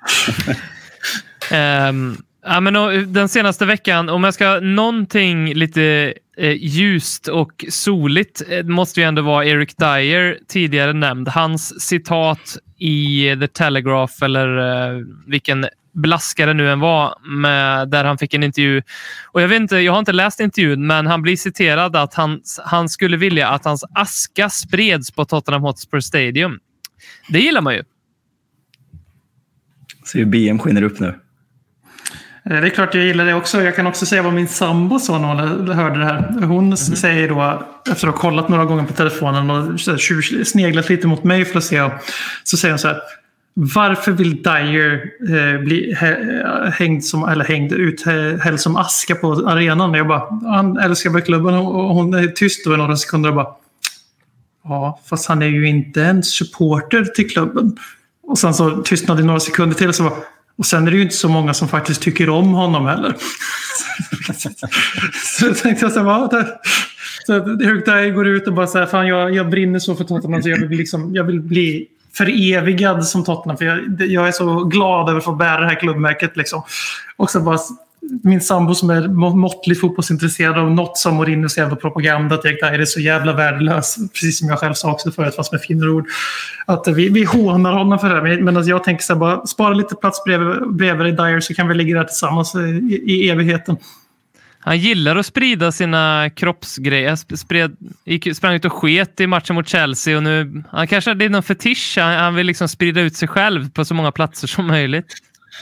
Den senaste veckan, om jag ska någonting lite ljust och soligt, måste ju ändå vara Eric Dyer, tidigare nämnd. Hans citat i The Telegraph, eller vilken blaskare nu än var, där han fick en intervju. Och jag vet inte, jag har inte läst intervjun, men han blir citerad att han skulle vilja att hans aska spreds på Tottenham Hotspur Stadium. Det gillar man ju. Så ju BM skiner upp nu. Det är klart jag gillar det också. Jag kan också säga vad min sambo sa när hon hörde det här. Hon säger då, efter att ha kollat några gånger på telefonen och sneglat lite mot mig för att se, så säger hon så här: varför vill Dyer bli hälld som aska på arenan? Jag bara, han älskar bara klubben, och hon är tyst då i några sekunder och bara, ja, fast han är ju inte en supporter till klubben. Och sen så tystnade i några sekunder till, så bara, och sen är det ju inte så många som faktiskt tycker om honom heller. Så jag tänkte jag så Eric Dyer går ut och bara säger, fan jag brinner så för Tottenham, så jag vill bli förevigad som Tottenham, för jag är så glad över att få bära det här klubbmärket liksom. Och så bara min sambo som är måttligt fotbollsintresserad av något som Mourinhos jävla propaganda, att Eric Dyer är så jävla värdelös, precis som jag själv sa också förut, fast med finare ord, att vi hånar honom för det här. Men alltså jag tänker så här, bara spara lite plats bredvid Dyer, så kan vi ligga där tillsammans i evigheten. Han gillar att sprida sina kroppsgrejer. Sprang ut och sket i matchen mot Chelsea, och nu han kanske det är någon fetisch. Han vill liksom sprida ut sig själv på så många platser som möjligt.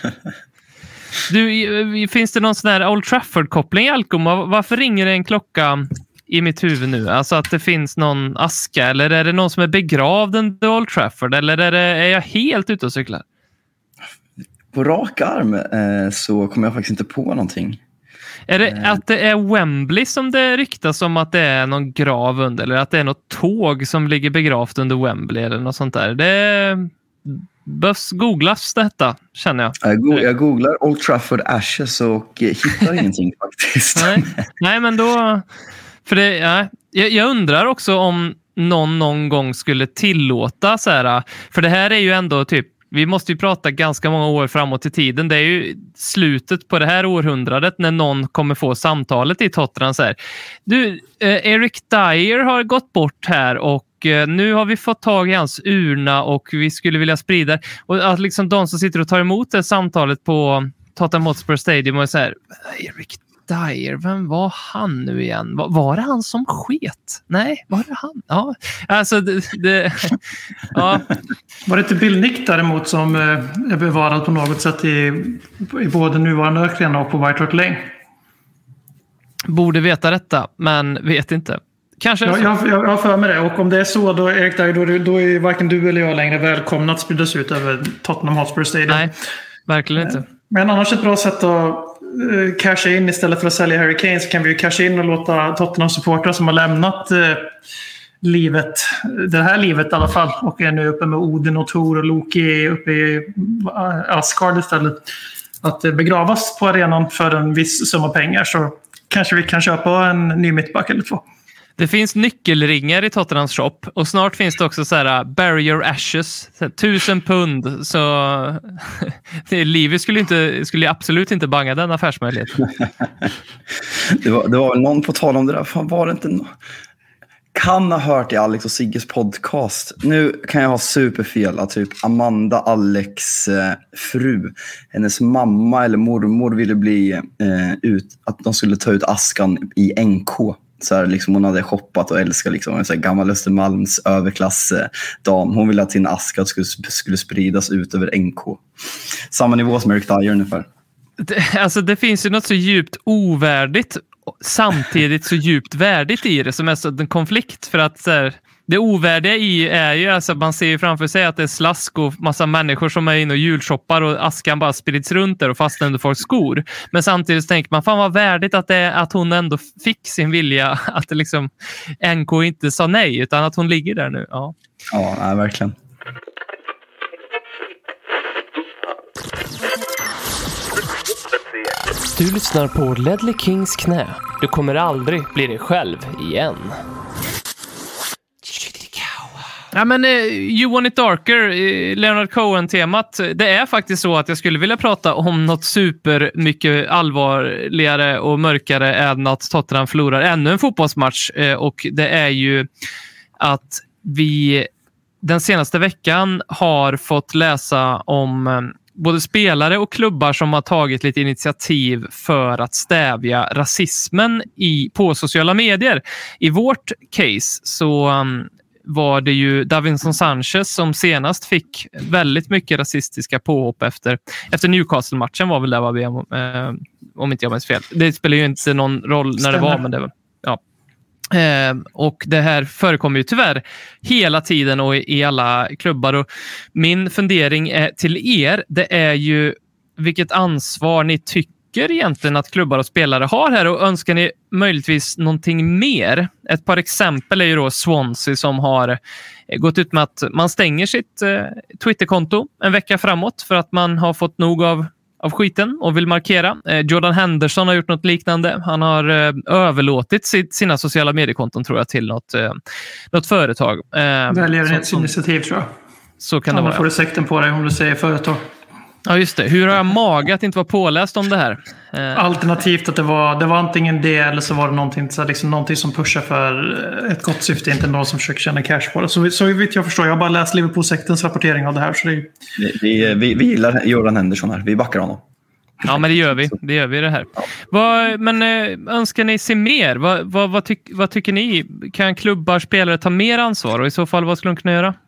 Du, finns det någon sån här Old Trafford-koppling i Alcom? Varför ringer det en klocka i mitt huvud nu? Alltså att det finns någon aska, eller är det någon som är begravd under Old Trafford, eller är jag helt ute och cyklar? På rak arm så kommer jag faktiskt inte på någonting. Är det att det är Wembley som det ryktas om att det är någon grav under, eller att det är något tåg som ligger begravt under Wembley eller något sånt där? behövs googlas detta, känner jag. Jag googlar Old Trafford Ashes och hittar ingenting faktiskt. Nej, men då... För det, ja, jag undrar också om någon gång skulle tillåta så här... För det här är ju ändå typ... Vi måste ju prata ganska många år framåt i tiden. Det är ju slutet på det här århundradet när någon kommer få samtalet i Tottenham så här. Du, Eric Dyer har gått bort här och nu har vi fått tag i hans urna och vi skulle vilja sprida. Och att liksom de som sitter och tar emot det samtalet på Tottenham Hotspur Stadium och så här, Eric Dyer, vem var han nu igen? Var det han som sket? Nej, var det han? Ja, alltså ja. Var det inte Bill Nick däremot som är bevarad på något sätt i både nuvarande arena och på White Hart Lane? Borde veta detta, men vet inte. Kanske jag har för mig det. Och om det är så, då är ju varken du eller jag längre välkomna att spridas ut över Tottenham Hotspur Stadium. Nej, verkligen inte. Men annars ett bra sätt att casha in istället för att sälja Harry Kane, så kan vi ju casha in och låta Tottenham-supportrar som har lämnat det här livet i alla fall, och är nu uppe med Odin och Thor och Loki uppe i Asgard istället, att begravas på arenan för en viss summa pengar, så kanske vi kan köpa en ny mittback eller två. Det finns nyckelringar i Tottenhams shop och snart finns det också så här barrier ashes, 1000 pund, så Livi skulle absolut inte banga den affärsmöjligheten. det var väl någon på tal om det där, fan var det inte kan ha hört i Alex och Sigges podcast. Nu kan jag ha superfel att typ Amanda Alex fru, hennes mamma eller mormor ville bli att de skulle ta ut askan i NK. Så här, liksom, hon hade shoppat och älskat liksom, en så här gammal Östermalms överklassdam. Hon ville att sin aska skulle spridas ut över NK. Samma nivå som Eric Dyer ungefär. Det finns ju något så djupt ovärdigt samtidigt så djupt värdigt i det, som är så en konflikt, för att så här, det ovärdiga i är ju, alltså, man ser ju framför sig att det är slask och massa människor som är inne och julshoppar och askan bara sprids runt där och fastnar under folks skor. Men samtidigt så tänker man, fan vad värdigt att hon ändå fick sin vilja, att det liksom NK inte sa nej utan att hon ligger där nu. Ja, nej, verkligen. Du lyssnar på Ledley Kings knä. Du kommer aldrig bli dig själv igen. Ja, men You Want It Darker, Leonard Cohen-temat. Det är faktiskt så att jag skulle vilja prata om något super mycket allvarligare och mörkare än att Tottenham förlorar ännu en fotbollsmatch. Och det är ju att vi den senaste veckan har fått läsa om både spelare och klubbar som har tagit lite initiativ för att stävja rasismen på sociala medier. I vårt case så var det ju Davinson Sanchez som senast fick väldigt mycket rasistiska påhopp efter Newcastle-matchen, var väl det, om inte jag minns fel. Det spelar ju inte någon roll när det var, men det var, ja. Och det här förekommer ju tyvärr hela tiden och i alla klubbar, och min fundering till er, det är ju vilket ansvar ni tycker egentligen att klubbar och spelare har här, och önskar ni möjligtvis någonting mer? Ett par exempel är ju då Swansea som har gått ut med att man stänger sitt Twitterkonto en vecka framåt för att man har fått nog av skiten och vill markera. Jordan Henderson har gjort något liknande. Han har överlåtit sina sociala mediekonton, tror jag, till något företag. Välgörenhetsinitiativ, tror jag. Så kan det vara. Får du sekten på dig om du säger företag. Ja, just det. Hur har jag mage att inte vara påläst om det här? Alternativt att det var antingen det, eller så var det någonting som pushar för ett gott syfte, inte någon som försöker tjäna cash på det. Så vitt jag förstår, jag har bara läst Liverpool-sektens rapportering av det här. Så vi gillar Jordan Henderson här, vi backar honom. Ja, men det gör vi det här. Men önskar ni se mer? Vad tycker ni? Kan klubbar, spelare ta mer ansvar? Och i så fall, vad skulle de kunna göra?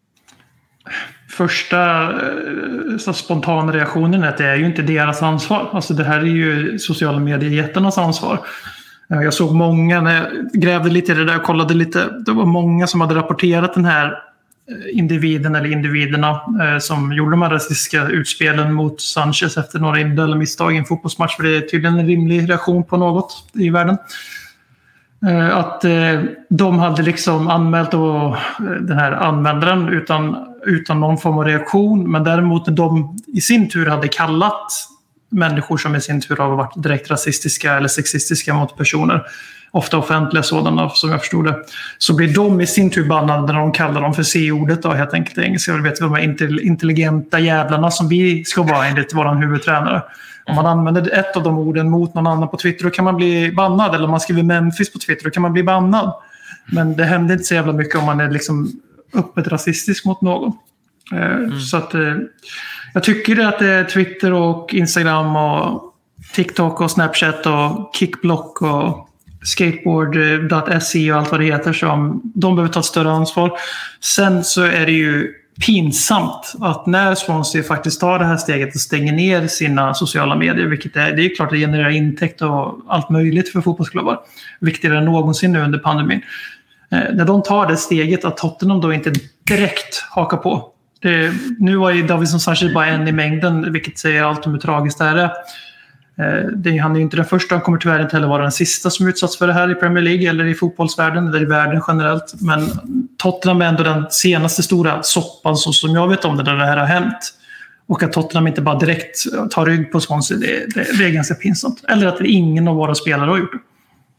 Första spontana reaktionen är att det är ju inte deras ansvar. Alltså det här är ju sociala mediejättarnas ansvar. Jag såg många, när jag grävde lite i det där och kollade lite, det var många som hade rapporterat den här individen eller individerna som gjorde de här rasistiska utspelen mot Sanchez efter några individuella misstag i en fotbollsmatch, för det är tydligen en rimlig reaktion på något i världen. Att de hade liksom anmält den här användaren utan någon form av reaktion. Men däremot de i sin tur hade kallat människor som i sin tur har varit direkt rasistiska eller sexistiska mot personer, ofta offentliga sådana som jag förstod det, så blir de i sin tur bannade när de kallar dem för C-ordet då, helt enkelt engelska. Jag vet de här intelligenta jävlarna som vi ska vara enligt vår huvudtränare. Om man använder ett av de orden mot någon annan på Twitter, då kan man bli bannad. Eller om man skriver Memphis på Twitter, då kan man bli bannad. Men det händer inte så jävla mycket om man är liksom öppet rasistisk mot någon. Så att jag tycker att Twitter och Instagram och TikTok och Snapchat och Kickblock och skateboard.se och allt vad det heter, så de behöver ta ett större ansvar. Sen så är det ju pinsamt att när Swansea faktiskt tar det här steget och stänger ner sina sociala medier, vilket det är klart det genererar intäkt och allt möjligt för fotbollsklubbar, viktigare än någonsin nu under pandemin. När de tar det steget att Tottenham då inte direkt hakar på. Nu var ju Davinson Sanchez bara en i mängden, vilket säger allt om hur tragiskt det är. Han är ju inte den första, han kommer tyvärr inte heller vara den sista som utsatts för det här i Premier League eller i fotbollsvärlden eller i världen generellt. Men Tottenham är ändå den senaste stora soppan som jag vet om det, där det här har hänt. Och att Tottenham inte bara direkt tar rygg på Swansea, det är ganska pinsamt. Eller att ingen av våra spelare har gjort det.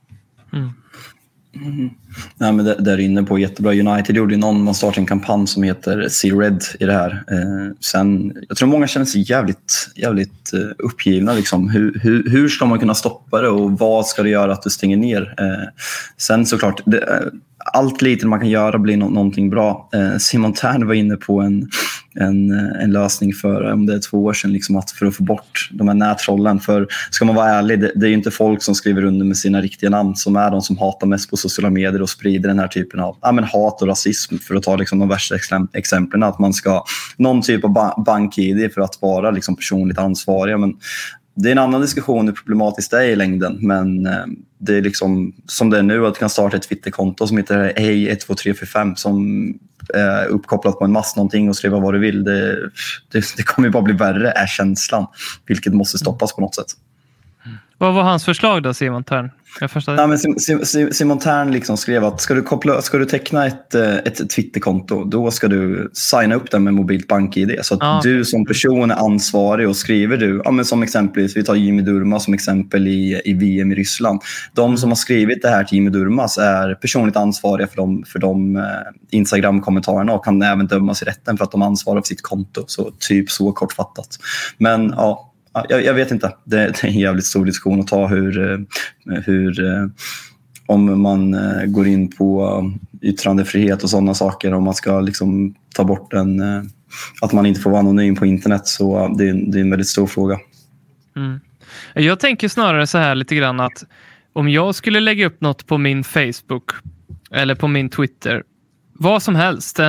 Nej, men det är inne på jättebra. United gjorde man startade en kampanj som heter See Red i det här. Sen, jag tror många känner sig jävligt uppgivna. Liksom. Hur ska man kunna stoppa det och vad ska det göra att du stänger ner? Sen såklart, allt lite man kan göra blir någonting bra. Simon Tern var inne på en lösning för om det är 2 år sedan, liksom, för att få bort de här nättrollen. För ska man vara ärlig, det är ju inte folk som skriver under med sina riktiga namn som är de som hatar mest på sociala medier och sprider den här typen av hat och rasism, för att ta liksom de värsta exemplen, att man ska någon typ av bank-id för att vara liksom personligt ansvariga. Men det är en annan diskussion hur problematiskt det är i längden, men det är liksom som det är nu, att du kan starta ett Twitterkonto som heter Hej12345 som är uppkopplat på en mass någonting och skriva vad du vill. Det kommer ju bara bli värre, är känslan, vilket måste stoppas på något sätt. Vad var hans förslag då, Simon Tern? Simon Tern liksom skrev att ska du teckna ett Twitterkonto, då ska du signa upp den med mobilt bank-id, så att du som person är ansvarig, och skriver du, men som exempelvis, vi tar Jimmy Durmaz som exempel i VM i Ryssland. De som har skrivit det här till Jimmy Durmaz är personligt ansvariga för de Instagram-kommentarerna och kan även dömas i rätten för att de ansvarar för sitt konto. Så typ så kortfattat. Men jag vet inte. Det är en jävligt stor diskussion att ta hur om man går in på yttrandefrihet och sådana saker, om man ska liksom ta bort att man inte får vara anonym på internet, så det är en väldigt stor fråga. Jag tänker snarare så här lite grann, att om jag skulle lägga upp något på min Facebook eller på min Twitter, vad som helst,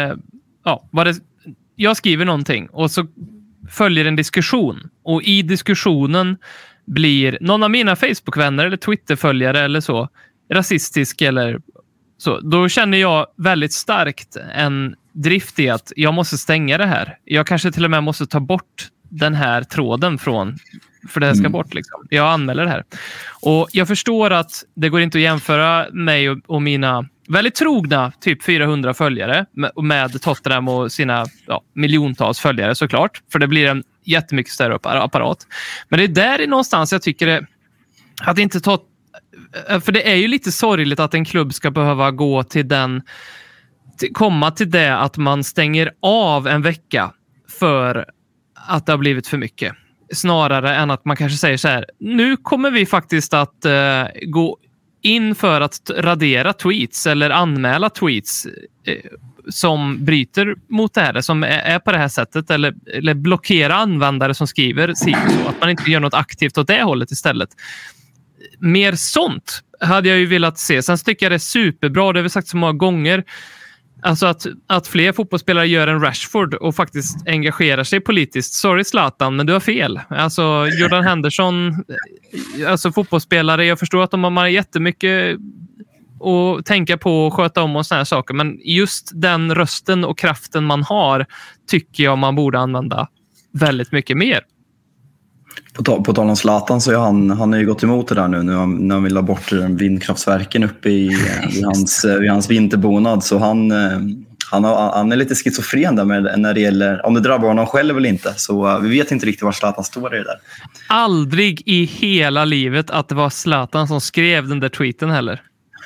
jag skriver någonting och så följer en diskussion, och i diskussionen blir någon av mina Facebook-vänner eller Twitter-följare eller så rasistisk eller så, då känner jag väldigt starkt en drift i att jag måste stänga det här. Jag kanske till och med måste ta bort den här tråden för det här ska bort liksom. Jag anmäler det här. Och jag förstår att det går inte att jämföra mig och mina väldigt trogna typ 400 följare med Tottenham och sina miljontals följare, såklart. För det blir en jättemycket större apparat. Men det är där någonstans jag tycker att inte för det är ju lite sorgligt att en klubb ska behöva gå till komma till det att man stänger av en vecka för att det har blivit för mycket. Snarare än att man kanske säger så här: nu kommer vi faktiskt att gå in för att radera tweets eller anmäla tweets som bryter mot det här, som är på det här sättet, eller blockera användare som skriver så, att man inte gör något aktivt åt det hållet istället. Mer sånt hade jag ju velat se. Sen tycker jag det är superbra, det har vi sagt så många gånger, alltså att fler fotbollsspelare gör en Rashford och faktiskt engagerar sig politiskt. Sorry Zlatan, men du har fel. Alltså Jordan Henderson, alltså fotbollsspelare, jag förstår att de har jättemycket att tänka på och sköta om och såna här saker, men just den rösten och kraften man har tycker jag man borde använda väldigt mycket mer. På tal om Zlatan så han har ju gått emot det där nu när han vill ha bort vindkraftverken uppe i hans vinterbonad. Så han är lite schizofren där när det gäller om det drabbar honom själv eller inte. Så vi vet inte riktigt var Zlatan står i det där. Aldrig i hela livet att det var Zlatan som skrev den där tweeten heller.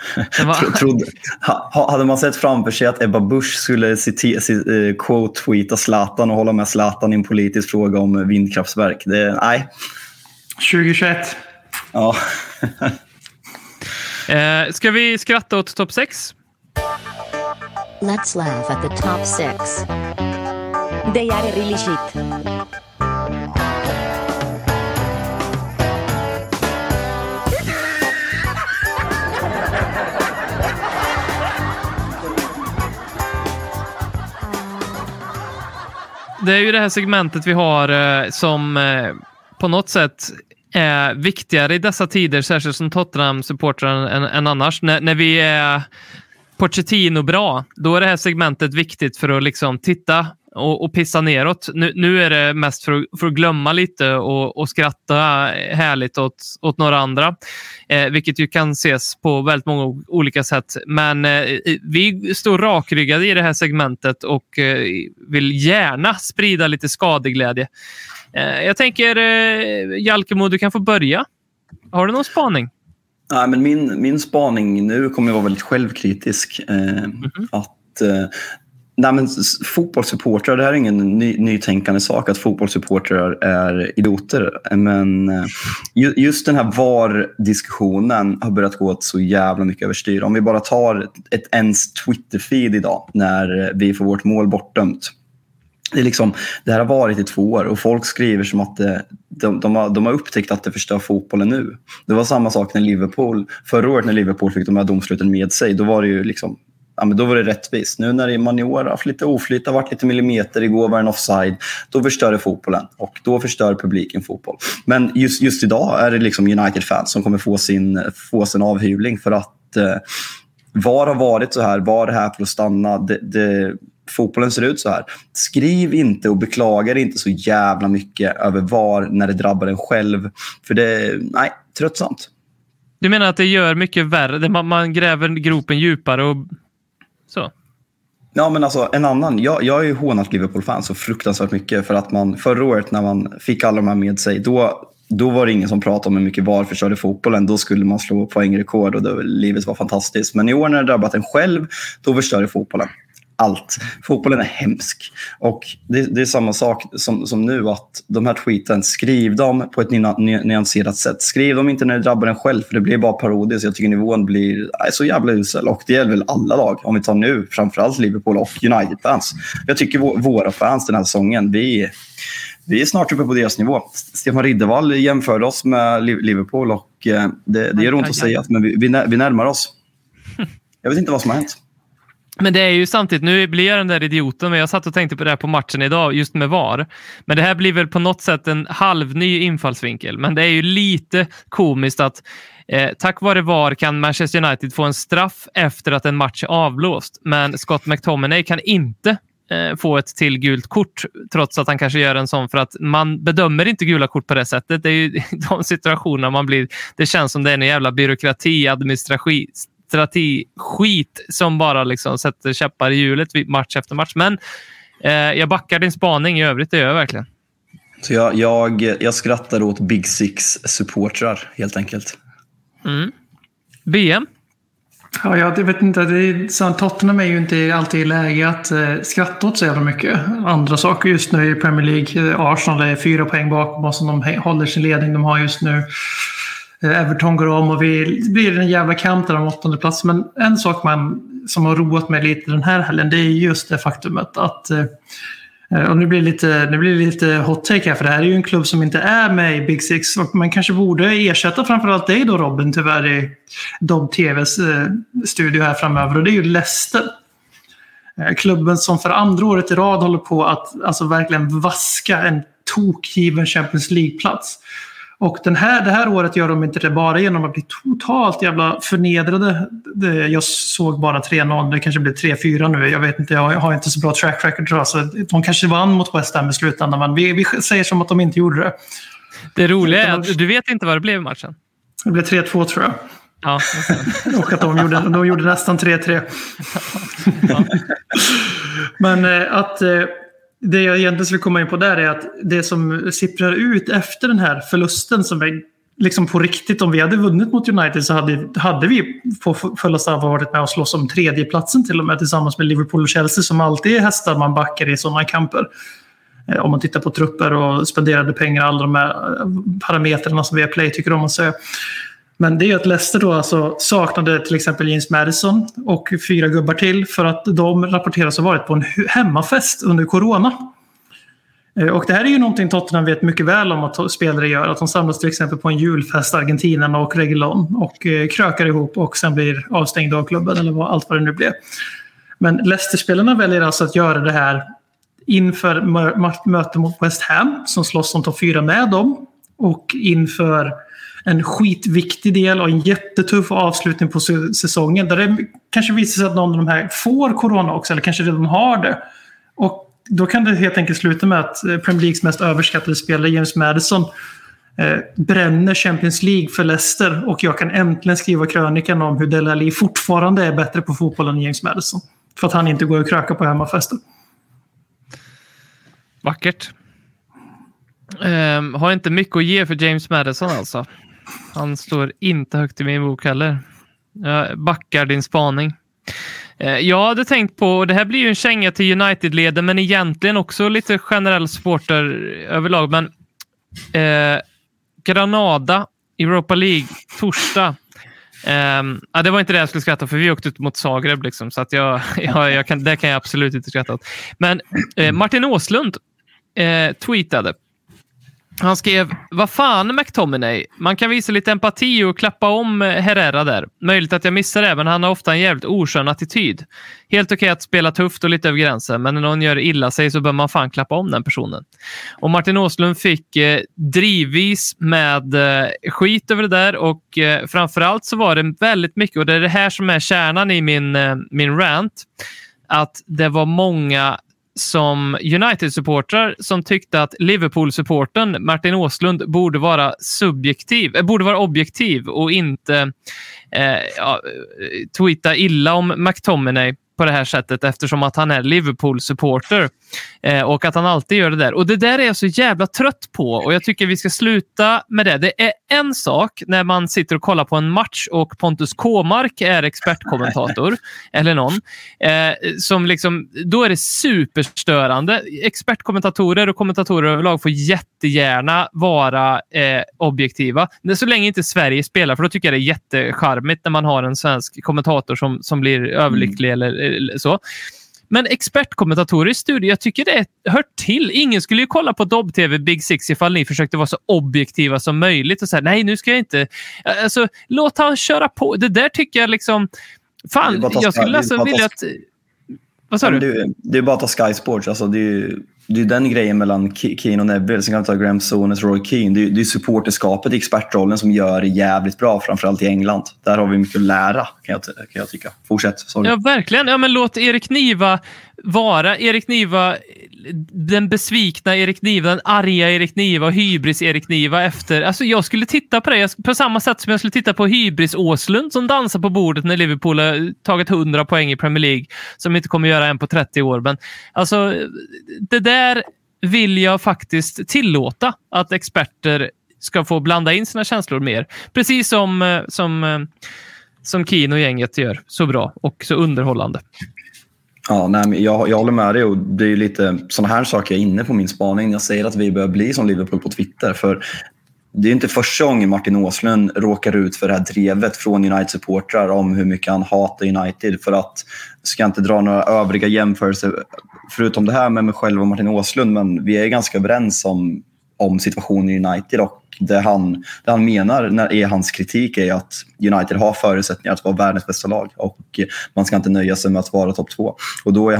Hade man sett framför sig att Ebba Busch skulle quote-tweeta Zlatan och hålla med Zlatan i en politisk fråga om vindkraftverk? Nej. 2021. Ja. Ska vi skratta åt topp 6? Let's laugh at the top 6. They are really shit. Det är ju det här segmentet vi har som på något sätt är viktigare i dessa tider, särskilt som Tottenham-supportrar än annars. När vi är Pochettino bra, då är det här segmentet viktigt för att liksom titta och pissa neråt. Nu är det mest för att glömma lite och skratta härligt åt några andra. Vilket ju kan ses på väldigt många olika sätt. Men vi står rakryggade i det här segmentet och vill gärna sprida lite skadeglädje. Jag tänker, Jalkemo, du kan få börja. Har du någon spaning? Nej, men min spaning nu kommer jag vara väldigt självkritisk. Fotbollssupportrar, det här är ingen nytänkande sak att fotbollssupportrar är idioter. Men just den här VAR-diskussionen har börjat gå så jävla mycket överstyr. Om vi bara tar ens Twitter-feed idag när vi får vårt mål bortdömt. Det här har varit i 2 år och folk skriver som att de har upptäckt att det förstör fotbollen nu. Det var samma sak när förra året när Liverpool fick de här domsluten med sig. Då var det ju då var det rättvist. Nu när man i år har haft lite oflyt, har varit lite millimeter, igår var en offside, då förstör det fotbollen och då förstör publiken fotboll. Men just idag är det United-fans som kommer få sin avhyvling för att VAR har varit så här, VAR är här för att stanna, fotbollen ser ut så här. Skriv inte och beklaga inte så jävla mycket över VAR när det drabbar en själv. För tröttsamt. Du menar att det gör mycket värre? Man gräver gropen djupare och så? Ja, men alltså en annan. Jag är ju hånat Liverpool-fan så fruktansvärt mycket för att man förra året när man fick alla de här med sig, då var det ingen som pratade om hur mycket VAR förstörde fotbollen. Då skulle man slå poängrekord och livet var fantastiskt. Men i år när det drabbat en själv, då förstör det fotbollen. Allt. Fotbollen är hemsk. Och det är samma sak som nu att de här tweeten, skriv dem på ett nyanserat sätt. Skriv dem inte när det drabbar en själv för det blir bara parodiskt. Jag tycker nivån blir så jävla usel. Och det gäller väl alla lag. Om vi tar nu, framförallt Liverpool och United-fans. Jag tycker våra fans den här säsongen, vi är snart uppe på deras nivå. Stefan Riddervall jämförde oss med Liverpool och det gör ont att säga men vi närmar oss. Jag vet inte vad som har hänt. Men det är ju samtidigt, nu blir jag den där idioten, men jag satt och tänkte på det här på matchen idag, just med VAR. Men det här blir väl på något sätt en halvny infallsvinkel. Men det är ju lite komiskt att tack vare VAR kan Manchester United få en straff efter att en match är avblåst. Men Scott McTominay kan inte få ett till gult kort trots att han kanske gör en sån, för att man bedömer inte gula kort på det sättet. Det är ju de situationerna man blir, det känns som det är en jävla byråkrati, administration, skit som bara sätter käppar i hjulet vid match efter match. Men jag backar din spaning i övrigt, det gör jag verkligen. Så jag skrattar åt Big Six-supportrar helt enkelt. BM? Ja, jag vet inte. Tottenham är ju inte alltid i läge att skratta åt så jävla mycket. Andra saker just nu i Premier League. Arsenal är 4 poäng bakom oss som de håller sin ledning de har just nu. Everton går om och det blir en jävla kamp där om 8:e plats. Men en sak som har roat mig lite den här helgen, det är just det faktumet att och nu blir det lite hot take här, för det här är ju en klubb som inte är med i Big Six och man kanske borde ersätta framförallt dig då, Robin, tyvärr i Dobb TVs studio här framöver, och det är ju Leicester. Klubben som för andra året i rad håller på att verkligen vaska en tokgiven Champions League-plats. Och det här året gör de inte det bara genom att bli totalt jävla förnedrade. Jag såg bara 3-0, det kanske blir 3-4 nu. Jag vet inte, jag har inte så bra track record. Så de kanske vann mot West Ham i slutändan, men vi säger som att de inte gjorde det. Det roliga är att du vet inte vad det blev i matchen. Det blev 3-2 tror jag. Ja. Och att de gjorde nästan 3-3. Ja. Men att det jag egentligen vill komma in på där är att det som sipprar ut efter den här förlusten som är liksom på riktigt, om vi hade vunnit mot United så hade vi på fullaste allvar varit med och slåss om tredjeplatsen till och med tillsammans med Liverpool och Chelsea som alltid är hästar man backar i sådana kamper. Om man tittar på trupper och spenderade pengar, alla de här parametrarna som Viaplay tycker om att säga. Men det är ju att Leicester då alltså saknade till exempel James Maddison och 4 gubbar till för att de rapporteras ha varit på en hemmafest under corona. Och det här är ju någonting Tottenham vet mycket väl om att spelare gör. Att de samlas till exempel på en julfest, Argentina och Reguilon och krökar ihop och sen blir avstängda av klubben eller allt vad det nu blir. Men Leicester-spelarna väljer alltså att göra det här inför möte mot West Ham som slåss om topp 4 med dem och inför en skitviktig del och en jättetuff avslutning på säsongen där det kanske visar sig att någon av de här får corona också eller kanske redan har det. Och då kan det helt enkelt sluta med att Premier Leagues mest överskattade spelare James Maddison bränner Champions League för Leicester och jag kan äntligen skriva krönikan om hur Dele Alli fortfarande är bättre på fotboll än James Maddison för att han inte går och kröka på hemmafesten. Vackert. Har inte mycket att ge för James Maddison alltså. Han står inte högt i min bok heller. Jag backar din spaning. Jag hade tänkt på, det här blir ju en känga till United-leden men egentligen också lite generell supporter överlag. Men Granada, Europa League, torsdag. Det var inte det jag skulle skratta för vi åkte ut mot Zagreb liksom, så att det kan jag absolut inte skratta åt. Men Martin Åslund tweetade. Han skrev, vad fan McTominay? Man kan visa lite empati och klappa om Herrera där. Möjligt att jag missar det, men han har ofta en jävligt oskön attityd. Helt okej att spela tufft och lite över gränsen, men när någon gör illa sig så bör man fan klappa om den personen. Och Martin Åslund fick drivvis med skit över det där och framförallt så var det väldigt mycket, och det är det här som är kärnan i min rant, att det var många som United-supportrar som tyckte att Liverpool-supporten Martin Åslund borde vara objektiv och inte tweeta illa om McTominay på det här sättet eftersom att han är Liverpool-supporter och att han alltid gör det där. Och det där är jag så jävla trött på och jag tycker vi ska sluta med det. Det är en sak när man sitter och kollar på en match och Pontus Kåmark är expertkommentator eller någon som liksom, då är det superstörande. Expertkommentatorer och kommentatorer överlag får jättegärna vara objektiva. Det är så länge inte Sverige spelar, för då tycker jag det är jättecharmigt när man har en svensk kommentator som blir överlycklig eller så. Men expertkommentatorer i studion, jag tycker det hör till. Ingen skulle ju kolla på Dobb-TV Big Six ifall ni försökte vara så objektiva som möjligt och säga, nej nu ska jag inte, alltså låt han köra på. Det där tycker jag liksom, fan, jag skulle nästan vilja att, vad sa du? Det är bara att ta Sky Sports, alltså det är den grejen mellan Keane och Neville. Sen kan vi ta Graham Souness och Roy Keane. Det är supporterskapet i expertrollen som gör det jävligt bra, framförallt i England. Där har vi mycket att lära, kan jag tycka. Fortsätt, sorry. Ja, verkligen. Ja, men låt Erik Niva vara Erik Niva, den besvikna Erik Niva, den arga Erik Niva, hybris Erik Niva efter. Alltså jag skulle titta på det på samma sätt som jag skulle titta på hybris Åslund som dansar på bordet när Liverpool har tagit 100 poäng i Premier League som inte kommer göra en på 30 år. Men alltså det där vill jag faktiskt tillåta att experter ska få blanda in sina känslor mer. Precis som Keane och gänget gör så bra och så underhållande. Ja, nej, men jag håller med dig och det är lite sådana här saker jag är inne på min spaning. Jag säger att vi bör bli som Liverpool på Twitter, för det är inte första gången Martin Åslund råkar ut för det här drevet från United-supportrar om hur mycket han hatar United. För att, ska inte dra några övriga jämförelser förutom det här med mig själv och Martin Åslund, men vi är ganska överens om situationen i United, och det han menar är hans kritik är att United har förutsättningar att vara världens bästa lag och man ska inte nöja sig med att vara topp 2. Och då är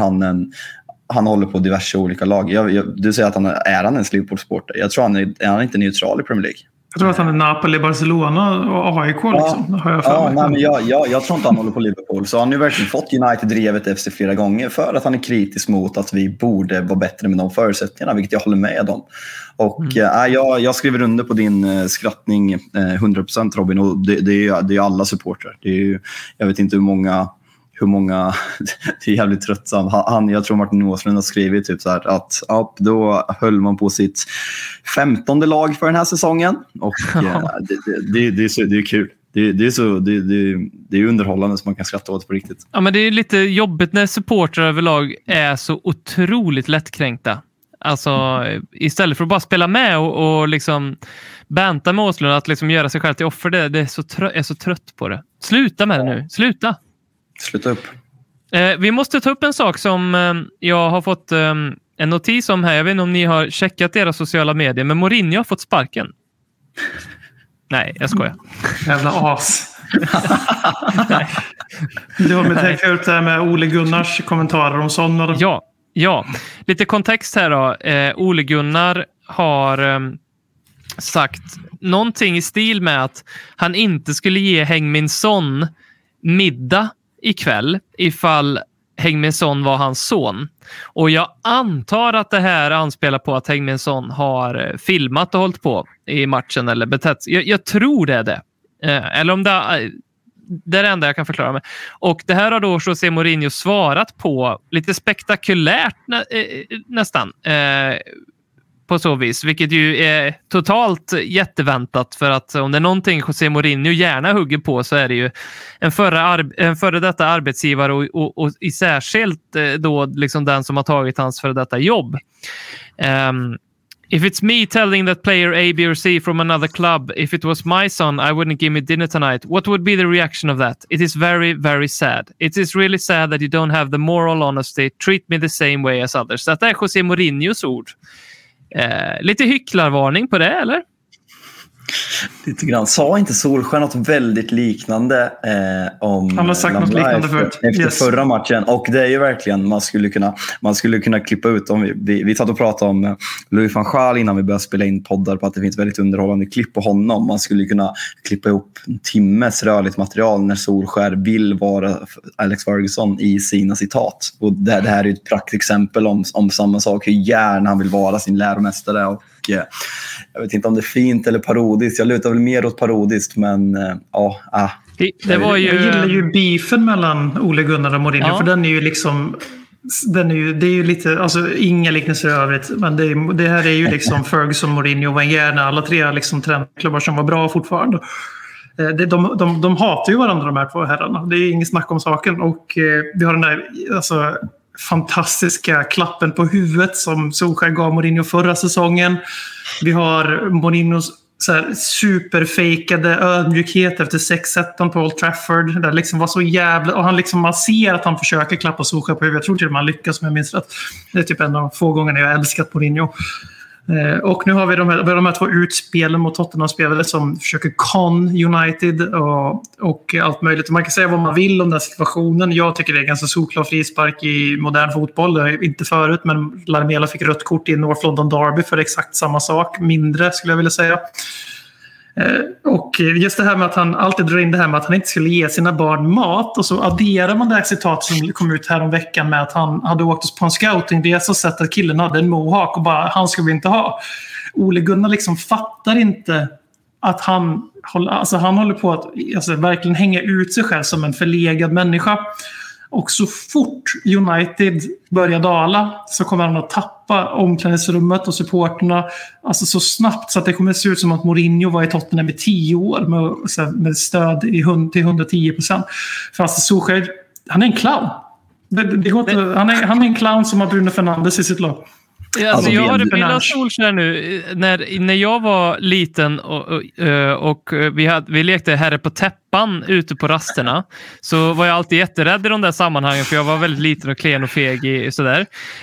han håller på diverse olika lag. Du säger att han är en Liverpool-supporter. Jag tror han är inte neutral i Premier League. Jag tror att han är Napoli, Barcelona och AIK liksom. Har jag för mig. Nej, men jag tror inte han håller på Liverpool. Så han har ju verkligen fått United-drevet efter flera gånger för att han är kritisk mot att vi borde vara bättre med de förutsättningarna, vilket jag håller med om. Och jag skriver under på din skrattning 100% Robin, och det är alla supportrar. Det är ju, jag vet inte hur många det är jävligt tröttsamt. Jag tror Martin Åslund har skrivit typ så här att då höll man på sitt 15:e lag för den här säsongen, och det är kul. Det är underhållande som man kan skratta åt på riktigt. Ja, men det är lite jobbigt när supportrar överlag är så otroligt lättkränkta. Alltså istället för att bara spela med och liksom banta med Åslund, att liksom göra sig själv till offer, det är så trött på det. Sluta med det nu. Sluta upp. Vi måste ta upp en sak som jag har fått en notis om här. Jag vet inte om ni har checkat era sociala medier, men Mourinho har fått sparken. Nej, jag skojar. Jävla as. Du har med tänkt ut det här med Ole Gunnars kommentarer om sådana. Ja. Lite kontext här då. Ole Gunnar har sagt någonting i stil med att han inte skulle ge Heung-min Son middag ikväll ifall Heung-min Son var hans son. Och jag antar att det här anspelar på att Heung-min Son har filmat och hållit på i matchen eller betett. Jag tror det är det. Eller om det är det enda jag kan förklara mig. Och det här har då José Mourinho svarat på lite spektakulärt nästan. På så vis, vilket ju är totalt jätteväntat, för att om det är någonting José Mourinho gärna hugger på så är det ju en före detta arbetsgivare och i särskilt då liksom den som har tagit hans före detta jobb. If it's me telling that player A, B or C from another club, if it was my son, I wouldn't give me dinner tonight. What would be the reaction of that? It is very, very sad. It is really sad that you don't have the moral honesty. Treat me the same way as others. Så det är José Mourinhos ord. Lite hycklarvarning på det, eller? Lite grann. Sa inte Solskjaer något väldigt liknande om han har sagt något liknande efter förra matchen? Och det är ju verkligen, man skulle kunna klippa ut om vi satt och pratade om Louis van Gaal innan vi började spela in poddar, på att det finns väldigt underhållande klipp på honom. Man skulle kunna klippa ihop en timmes rörligt material när Solskjaer vill vara Alex Ferguson i sina citat. Och det här är ju ett praktexempel om samma sak, hur gärna han vill vara sin läromästare. Och jag vet inte om det är fint eller parodiskt. Jag lutar väl mer åt parodiskt, men det var ju... Jag gillar ju beefen mellan Ole Gunnar och Mourinho, för den är ju liksom... det är ju lite, alltså inga liknelser i övrigt, men det här är ju liksom Ferguson, Mourinho och Wenger, alla tre liksom trendklubbar som var bra fortfarande. De hatar ju varandra, de här två herrarna. Det är ju inget snack om saken. Och vi har den där fantastiska klappen på huvudet som Solskjaer gav Mourinho förra säsongen. Vi har Mourinhos superfejkade ödmjukhet efter 6-1 på Old Trafford. Det liksom var så jävla... Och han liksom, man ser att han försöker klappa Solskjaer på huvudet. Jag tror till att man lyckas, om jag minns rätt. Det är typ en av få gånger jag älskat Mourinho. Och nu har vi de här två utspelen mot Tottenham-spelare som försöker con United och allt möjligt. Man kan säga vad man vill om den situationen. Jag tycker det är ganska solklar frispark i modern fotboll. Det är inte förut, men Lamela fick rött kort i North London Derby för exakt samma sak. Mindre, skulle jag vilja säga. Och just det här med att han alltid drar in det här med att han inte skulle ge sina barn mat, och så adderar man det här citat som kom ut här om veckan med att han hade åkt på en scoutingresa och sett att killen hade en mohawk och bara, han ska vi inte ha. Ole Gunnar liksom fattar inte att han håller på att verkligen hänga ut sig själv som en förlegad människa. Och så fort United börjar dala så kommer han att tappa omklädningsrummet och supporterna så snabbt så att det kommer att se ut som att Mourinho var i Tottenham i 10 år med stöd till 110%. För Solskjaer, han är en clown. Han är en clown som har Bruno Fernandes i sitt lag. Alltså, jag har bildat Solskjaer nu. När jag var liten och vi lekte herre på täppan ute på rasterna, så var jag alltid jätterädd i de där sammanhangen, för jag var väldigt liten och klen och feg sådär.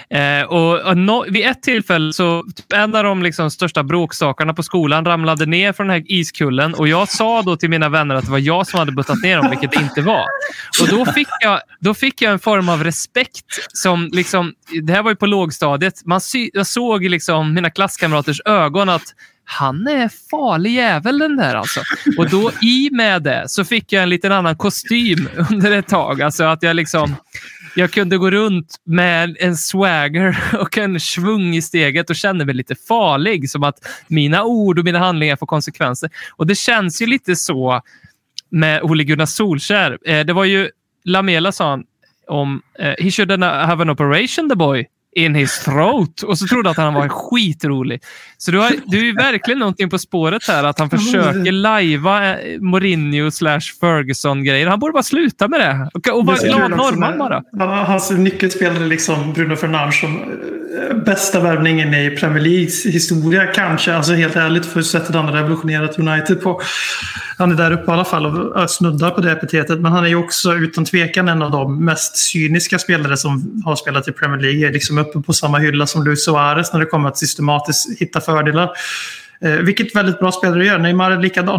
Vid ett tillfälle så en av de liksom största bråksakarna på skolan ramlade ner från den här iskullen, och jag sa då till mina vänner att det var jag som hade buttat ner dem, vilket det inte var. Och då fick jag en form av respekt som liksom, det här var ju på lågstadiet, jag såg liksom mina klasskamraters ögon att han är farlig jävel den där alltså. Och då i med det så fick jag en liten annan kostym under ett tag. Alltså att jag kunde gå runt med en swagger och en svung i steget och kände mig lite farlig. Som att mina ord och mina handlingar får konsekvenser. Och det känns ju lite så med Ole Gunnar Solskjær. Det var ju Lamela sa han om he should have an operation, the boy, in his throat. Och så trodde att han var skitrolig. Så du är ju verkligen någonting på spåret här. Att han försöker lajva Mourinho / Ferguson-grejer. Han borde bara sluta med det. Och vara glad norrman bara. Hans nyckelspelare liksom Bruno Fernandes som bästa värvningen i Premier Leagues historia kanske. Alltså helt ärligt för sättet han har revolutionerat United på. Han är där uppe i alla fall och snuddar på det epitetet. Men han är ju också utan tvekan en av de mest cyniska spelare som har spelat i Premier League. Liksom uppe på samma hylla som Luis Suarez när det kommer att systematiskt hitta fördelar. Vilket väldigt bra spelare gör. Neymar är likadan.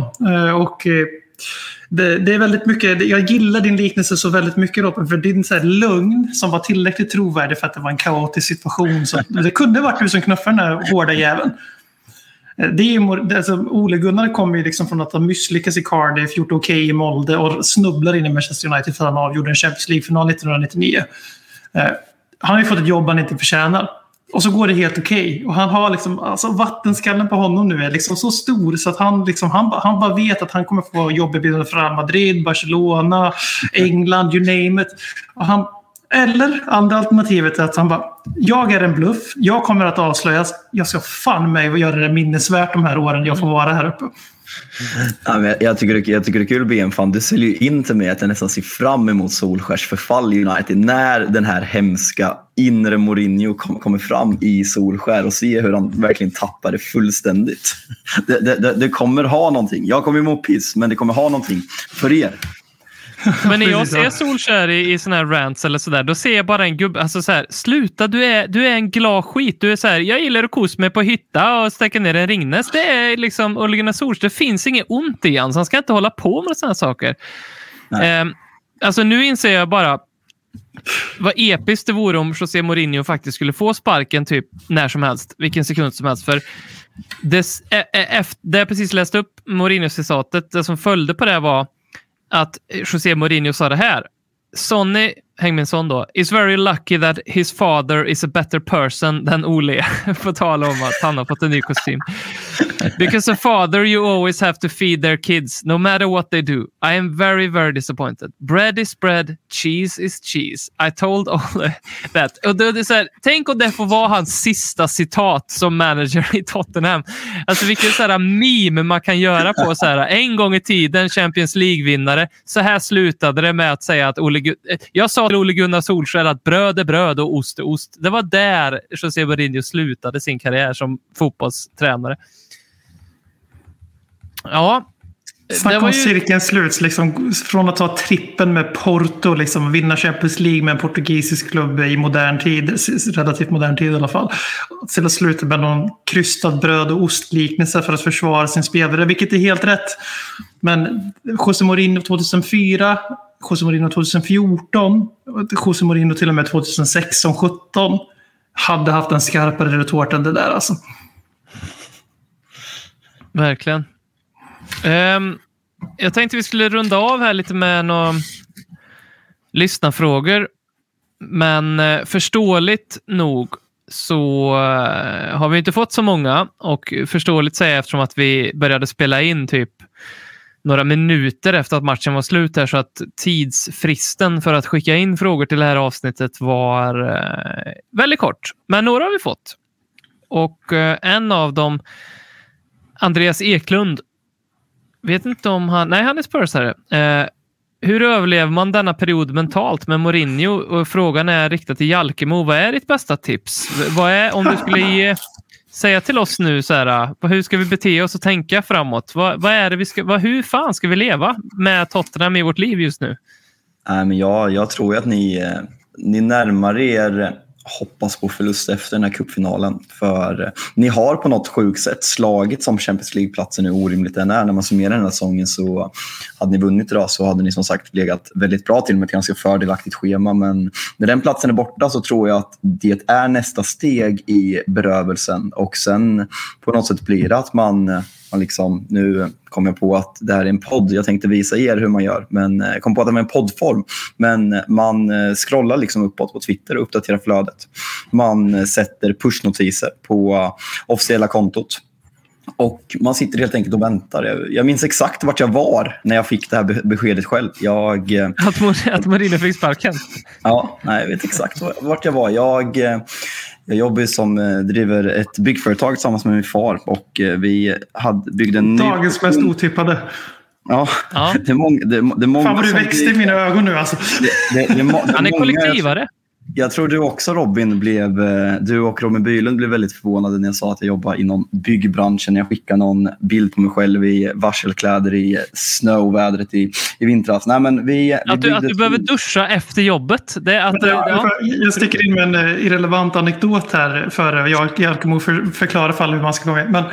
Det är väldigt mycket, jag gillar din liknelse så väldigt mycket Robin, för din så här lugn som var tillräckligt trovärdig för att det var en kaotisk situation. Så det kunde varit du som knuffar den här hårda jäveln. Ole Gunnar kommer ju liksom från att ha misslyckats i Cardiff, gjort okej i Molde och snubblar in i Manchester United för han avgjorde en Champions League-final 1999. Han har ju fått ett jobb han inte förtjänar. Och så går det helt okej. Och han har liksom, alltså vattenskallen på honom nu är liksom så stor så att han bara vet att han kommer få jobb i bilden för Real Madrid, Barcelona, England, you name it. Eller andra alternativet är att han bara, jag är en bluff, jag kommer att avslöjas, jag ska fan mig göra det minnesvärt de här åren jag får vara här uppe. Ja, men jag tycker det är kul att be en fan. Du säljer ju in till mig att jag nästan ser fram emot Solskjärs förfall i United när den här hemska inre Mourinho kommer fram i Solskjær och ser hur han verkligen tappar det fullständigt. Det kommer ha någonting. Jag kommer emot piss, men det kommer ha någonting för er. Men när jag ser Solskjær i såna här rants eller sådär, då ser jag bara en gubbe, alltså så här, sluta, du är en glad skit. Du är så här, jag gillar att kos mig på hytta och stäcka ner en Ringnes. Det är liksom Ole Gunnar Solskjær, det finns inget ont i han, så han ska inte hålla på med sådana saker. Alltså nu inser jag bara vad episkt det vore om José Mourinho faktiskt skulle få sparken typ när som helst, vilken sekund som helst, för det jag precis läste upp Mourinho-citatet, det som följde på det var att José Mourinho sa det här: Sonny, Heung-min-Son då, is very lucky that his father is a better person than Ole. På tal om att han har fått en ny kostym. Because a father you always have to feed their kids no matter what they do. I am very, very disappointed. Bread is bread, cheese is cheese. I told Ole that. Och det är så här, tänk om det får vara hans sista citat som manager i Tottenham. Alltså vilken så här meme man kan göra på så här, en gång i tiden Champions League-vinnare. Så här slutade det med att säga att jag sa till Ole Gunnar Solskjær att bröd är bröd och ost är ost. Det var där José Mourinho slutade sin karriär som fotbollstränare. Ja. Snacka om cirkeln sluts liksom, från att ta trippen med Porto, liksom, vinna Champions League med en portugisisk klubb i modern tid, relativt modern tid i alla fall, till att sluta med någon krystad bröd- och ostliknelse för att försvara sin spelare, vilket är helt rätt. Men José Mourinho 2004, José Mourinho 2014, José Mourinho till och med 2016-17 hade haft en skarpare retort än det där alltså. Verkligen. Jag tänkte vi skulle runda av här lite med några lyssnarfrågor. Men förståeligt nog så har vi inte fått så många. Och förståeligt säger jag eftersom att vi började spela in typ några minuter efter att matchen var slut här, så att tidsfristen för att skicka in frågor till det här avsnittet var väldigt kort. Men några har vi fått. Och en av dem, Andreas Eklund, vet inte om han är Spursare. Hur överlever man denna period mentalt med Mourinho? Och frågan är riktad till Jalkemo. Vad är ditt bästa tips? Vad är, om du skulle säga till oss nu så här, hur ska vi bete oss och tänka framåt? Vad är det vi ska, hur fan ska vi leva med Tottenham i vårt liv just nu? Men jag tror att ni närmar er hoppas på förlust efter den här cupfinalen. För ni har på något sjukt sätt slagit som Champions League-platsen nu orimligt den är. När man summerar den här säsongen så hade ni vunnit idag så hade ni som sagt legat väldigt bra till med ett ganska fördelaktigt schema. Men när den platsen är borta så tror jag att det är nästa steg i berövelsen. Och sen på något sätt blir det att man liksom, nu kom jag på att det här är en podd. Jag tänkte visa er hur man gör. Men jag kom på att det var en poddform. Men man scrollar liksom uppåt på Twitter och uppdaterar flödet. Man sätter pushnotiser på officiella kontot. Och man sitter helt enkelt och väntar. Jag minns exakt vart jag var när jag fick det här beskedet själv. Att Mourinho fick sparken? Ja, nej, jag vet exakt vart jag var. Jag jobbar som driver ett byggföretag tillsammans med min far. Och vi byggde en ny... Dagens mest otippade. Ja. Det är många fan vad du växte i mina ögon nu alltså. Han är kollektivare. Jag tror du också du och Robin Bylund blev väldigt förvånade när jag sa att jag jobbar inom byggbranschen. Jag skickade någon bild på mig själv i varselkläder i snövädret i vintras. Nej, men att du behöver duscha efter jobbet. Jag sticker in med en irrelevant anekdot här för jag kommer förklara för alla hur man ska gå med. Men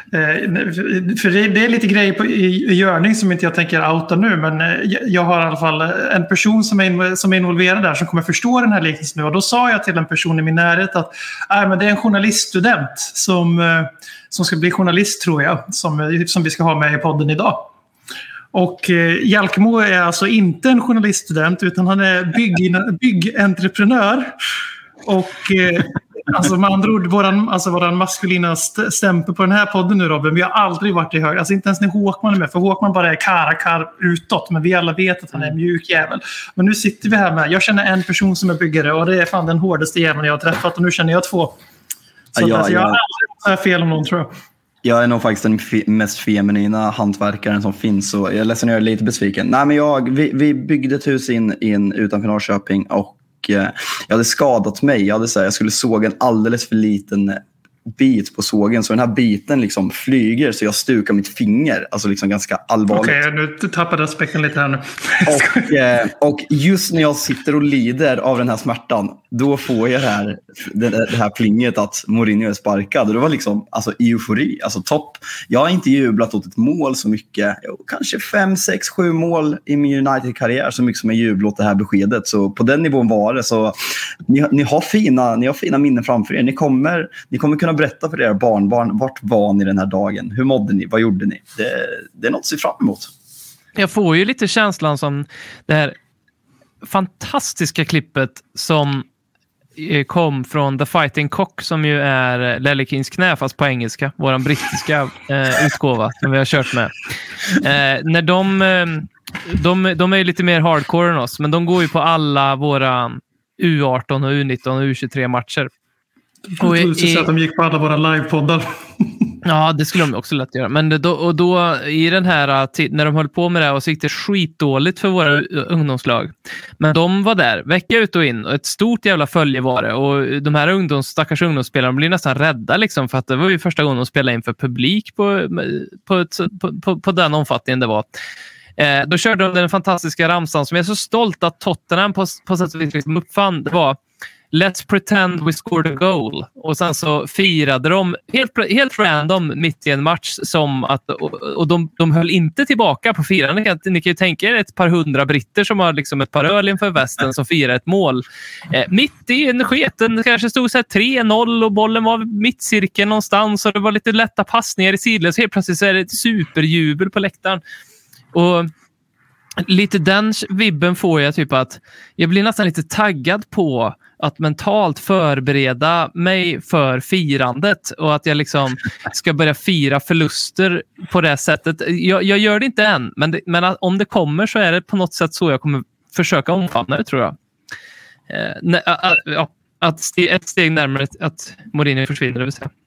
för det är lite grejer i görning som inte jag tänker outa nu, men jag har i alla fall en person som är involverad där som kommer förstå den här liknelsen nu, och då sa jag till en person i min närhet att men det är en journaliststudent som ska bli journalist tror jag, som vi ska ha med i podden idag. Och Jalkemo är alltså inte en journaliststudent utan han är byggentreprenör och alltså med andra ord, våran maskulina stämpel på den här podden nu, Robin, vi har aldrig varit i hög. Alltså inte ens när Håkman är med, för Håkman bara är karakar utåt, men vi alla vet att han är en mjuk jävel. Men nu sitter vi här med, jag känner en person som är byggare och det är fan den hårdaste jäveln jag har träffat, och nu känner jag två. Så jag har aldrig varit fel om någon, tror jag. Jag är nog faktiskt den mest feminina hantverkaren som finns, så jag är ledsen att jag är lite besviken. Nej, men vi byggde ett hus in utanför Norrköping och jag hade skadat mig. Jag skulle såga en alldeles för liten bit på sågen, så den här biten liksom flyger så jag stukar mitt finger, alltså liksom ganska allvarligt. Okej, nu tappade aspekten lite här nu. Och just när jag sitter och lider av den här smärtan, då får jag det här plinget att Mourinho är sparkad, och det var liksom alltså eufori, alltså topp. Jag har inte jublat åt ett mål så mycket, kanske 5, 6, 7 mål i min United-karriär så mycket som jag jublat åt det här beskedet, så på den nivån var det. Så ni har fina minnen framför er. Ni kommer kunna berätta för era barnbarn, vart var ni den här dagen? Hur mådde ni? Vad gjorde ni? Det är något att se fram emot. Jag får ju lite känslan som det här fantastiska klippet som kom från The Fighting Cock, som ju är Ledley Kings knä fast på engelska, våran brittiska utgåva som vi har kört med. När de är lite mer hardcore än oss, men de går ju på alla våra U18 och U19 och U23 matcher. Och att de gick på alla våra livepoddar. Ja, det skulle de också lätt göra. Men då i den här när de höll på med det här, och så gick det skitdåligt för våra ungdomslag. Men de var där vecka ut och in, och ett stort jävla följe var det. Och de här stackars ungdomsspelarna blir nästan rädda liksom, för att det var ju första gången de spelade inför publik på den omfattningen det var. Då körde de den fantastiska ramsan som jag är så stolt att Tottenham på sätt och vis liksom uppfann. Det var Let's pretend we scored a goal. Och sen så firade de helt random mitt i en match som att, och de höll inte tillbaka på firandet. Ni kan ju tänka er ett par 100 britter som har liksom ett par öl inför västen som firar ett mål. Mitt i en sketen kanske stod så här 3-0 och bollen var mittcirkeln någonstans och det var lite lätta passningar i sidled. Så helt plötsligt så är det ett superjubel på läktaren. Och lite den vibben får jag typ att jag blir nästan lite taggad på att mentalt förbereda mig för firandet, och att jag liksom ska börja fira förluster på det sättet. Jag gör det inte än, men om det kommer så är det på något sätt så jag kommer försöka omfamna det, tror jag. Ett steg närmare att Mourinho försvinner, det vill säga.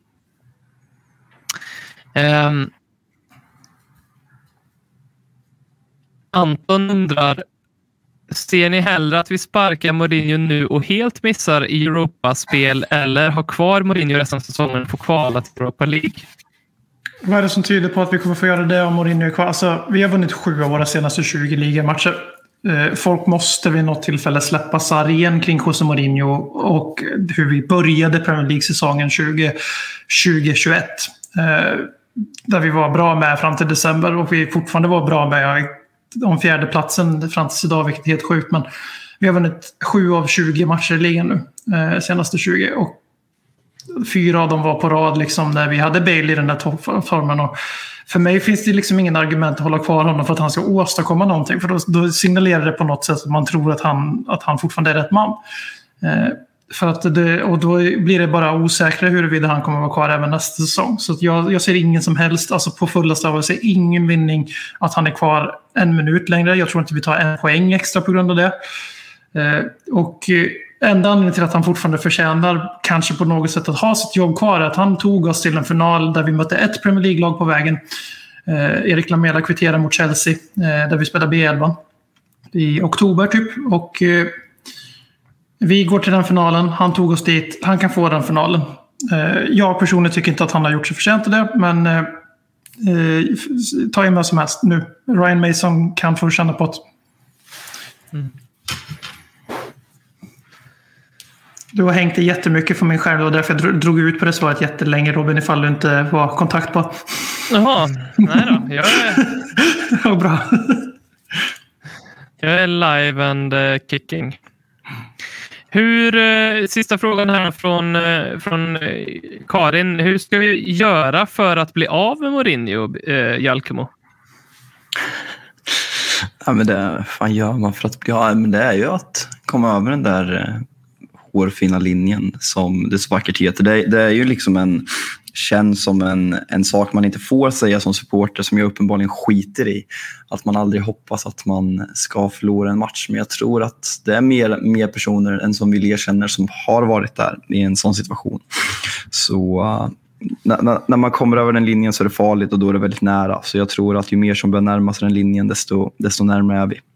Anton undrar: ser ni hellre att vi sparkar Mourinho nu och helt missar i Europa-spel, eller har kvar Mourinho resten av säsongen på kvala till Europa League? Vad är det som tyder på att vi kommer få göra det om Mourinho är kvar? Alltså, vi har vunnit 7 av våra senaste 20 ligamatcher. Folk måste vid något tillfälle släppa sargen kring José Mourinho och hur vi började Premier League-säsongen 2021. Där vi var bra med fram till december och vi fortfarande var bra med om fjärde platsen fram till idag, vilket är helt sjukt. Men vi har vunnit 7 av 20 matcher i ligan nu, senaste 20. Och 4 av dem var på rad liksom, när vi hade Bale i den där toppformen. Och för mig finns det liksom ingen argument att hålla kvar honom för att han ska åstadkomma någonting. För då signalerar det på något sätt att man tror att han fortfarande är rätt man. För att och då blir det bara osäkrare huruvida han kommer att vara kvar även nästa säsong. Så att jag ser ingen som helst, alltså på fullaste av, jag ser ingen vinning att han är kvar 1 minut längre. Jag tror inte vi tar 1 poäng extra på grund av det. Och enda anledningen till att han fortfarande förtjänar kanske på något sätt att ha sitt jobb kvar är att han tog oss till en final där vi mötte ett Premier League-lag på vägen. Erik Lamela kvitterade mot Chelsea där vi spelade B11 i oktober typ. Och vi går till den finalen, han tog oss dit, han kan få den finalen. Jag personligen tycker inte att han har gjort sig förtjänt till det, men ta in vad som helst nu. Ryan Mason kan få känna på det. Du har hängt det jättemycket för min skärm och därför jag drog ut på det svaret jättelänge, Robin, ifall du inte var kontakt på. Jaha, nej då. Jag är... bra. Jag är live and kicking. Sista frågan här från Karin. Hur ska vi göra för att bli av med Mourinho, Jalkemo? Ja, men det fan gör man för att bli av? Men det är ju att komma över den där hårfina linjen som det så vackert heter. Det är ju liksom känns som en sak man inte får säga som supporter, som jag uppenbarligen skiter i. Att man aldrig hoppas att man ska förlora en match. Men jag tror att det är mer personer än som vill erkänna som har varit där i en sån situation. Så när man kommer över den linjen så är det farligt och då är det väldigt nära. Så jag tror att ju mer som börjar närma sig den linjen desto närmare är vi.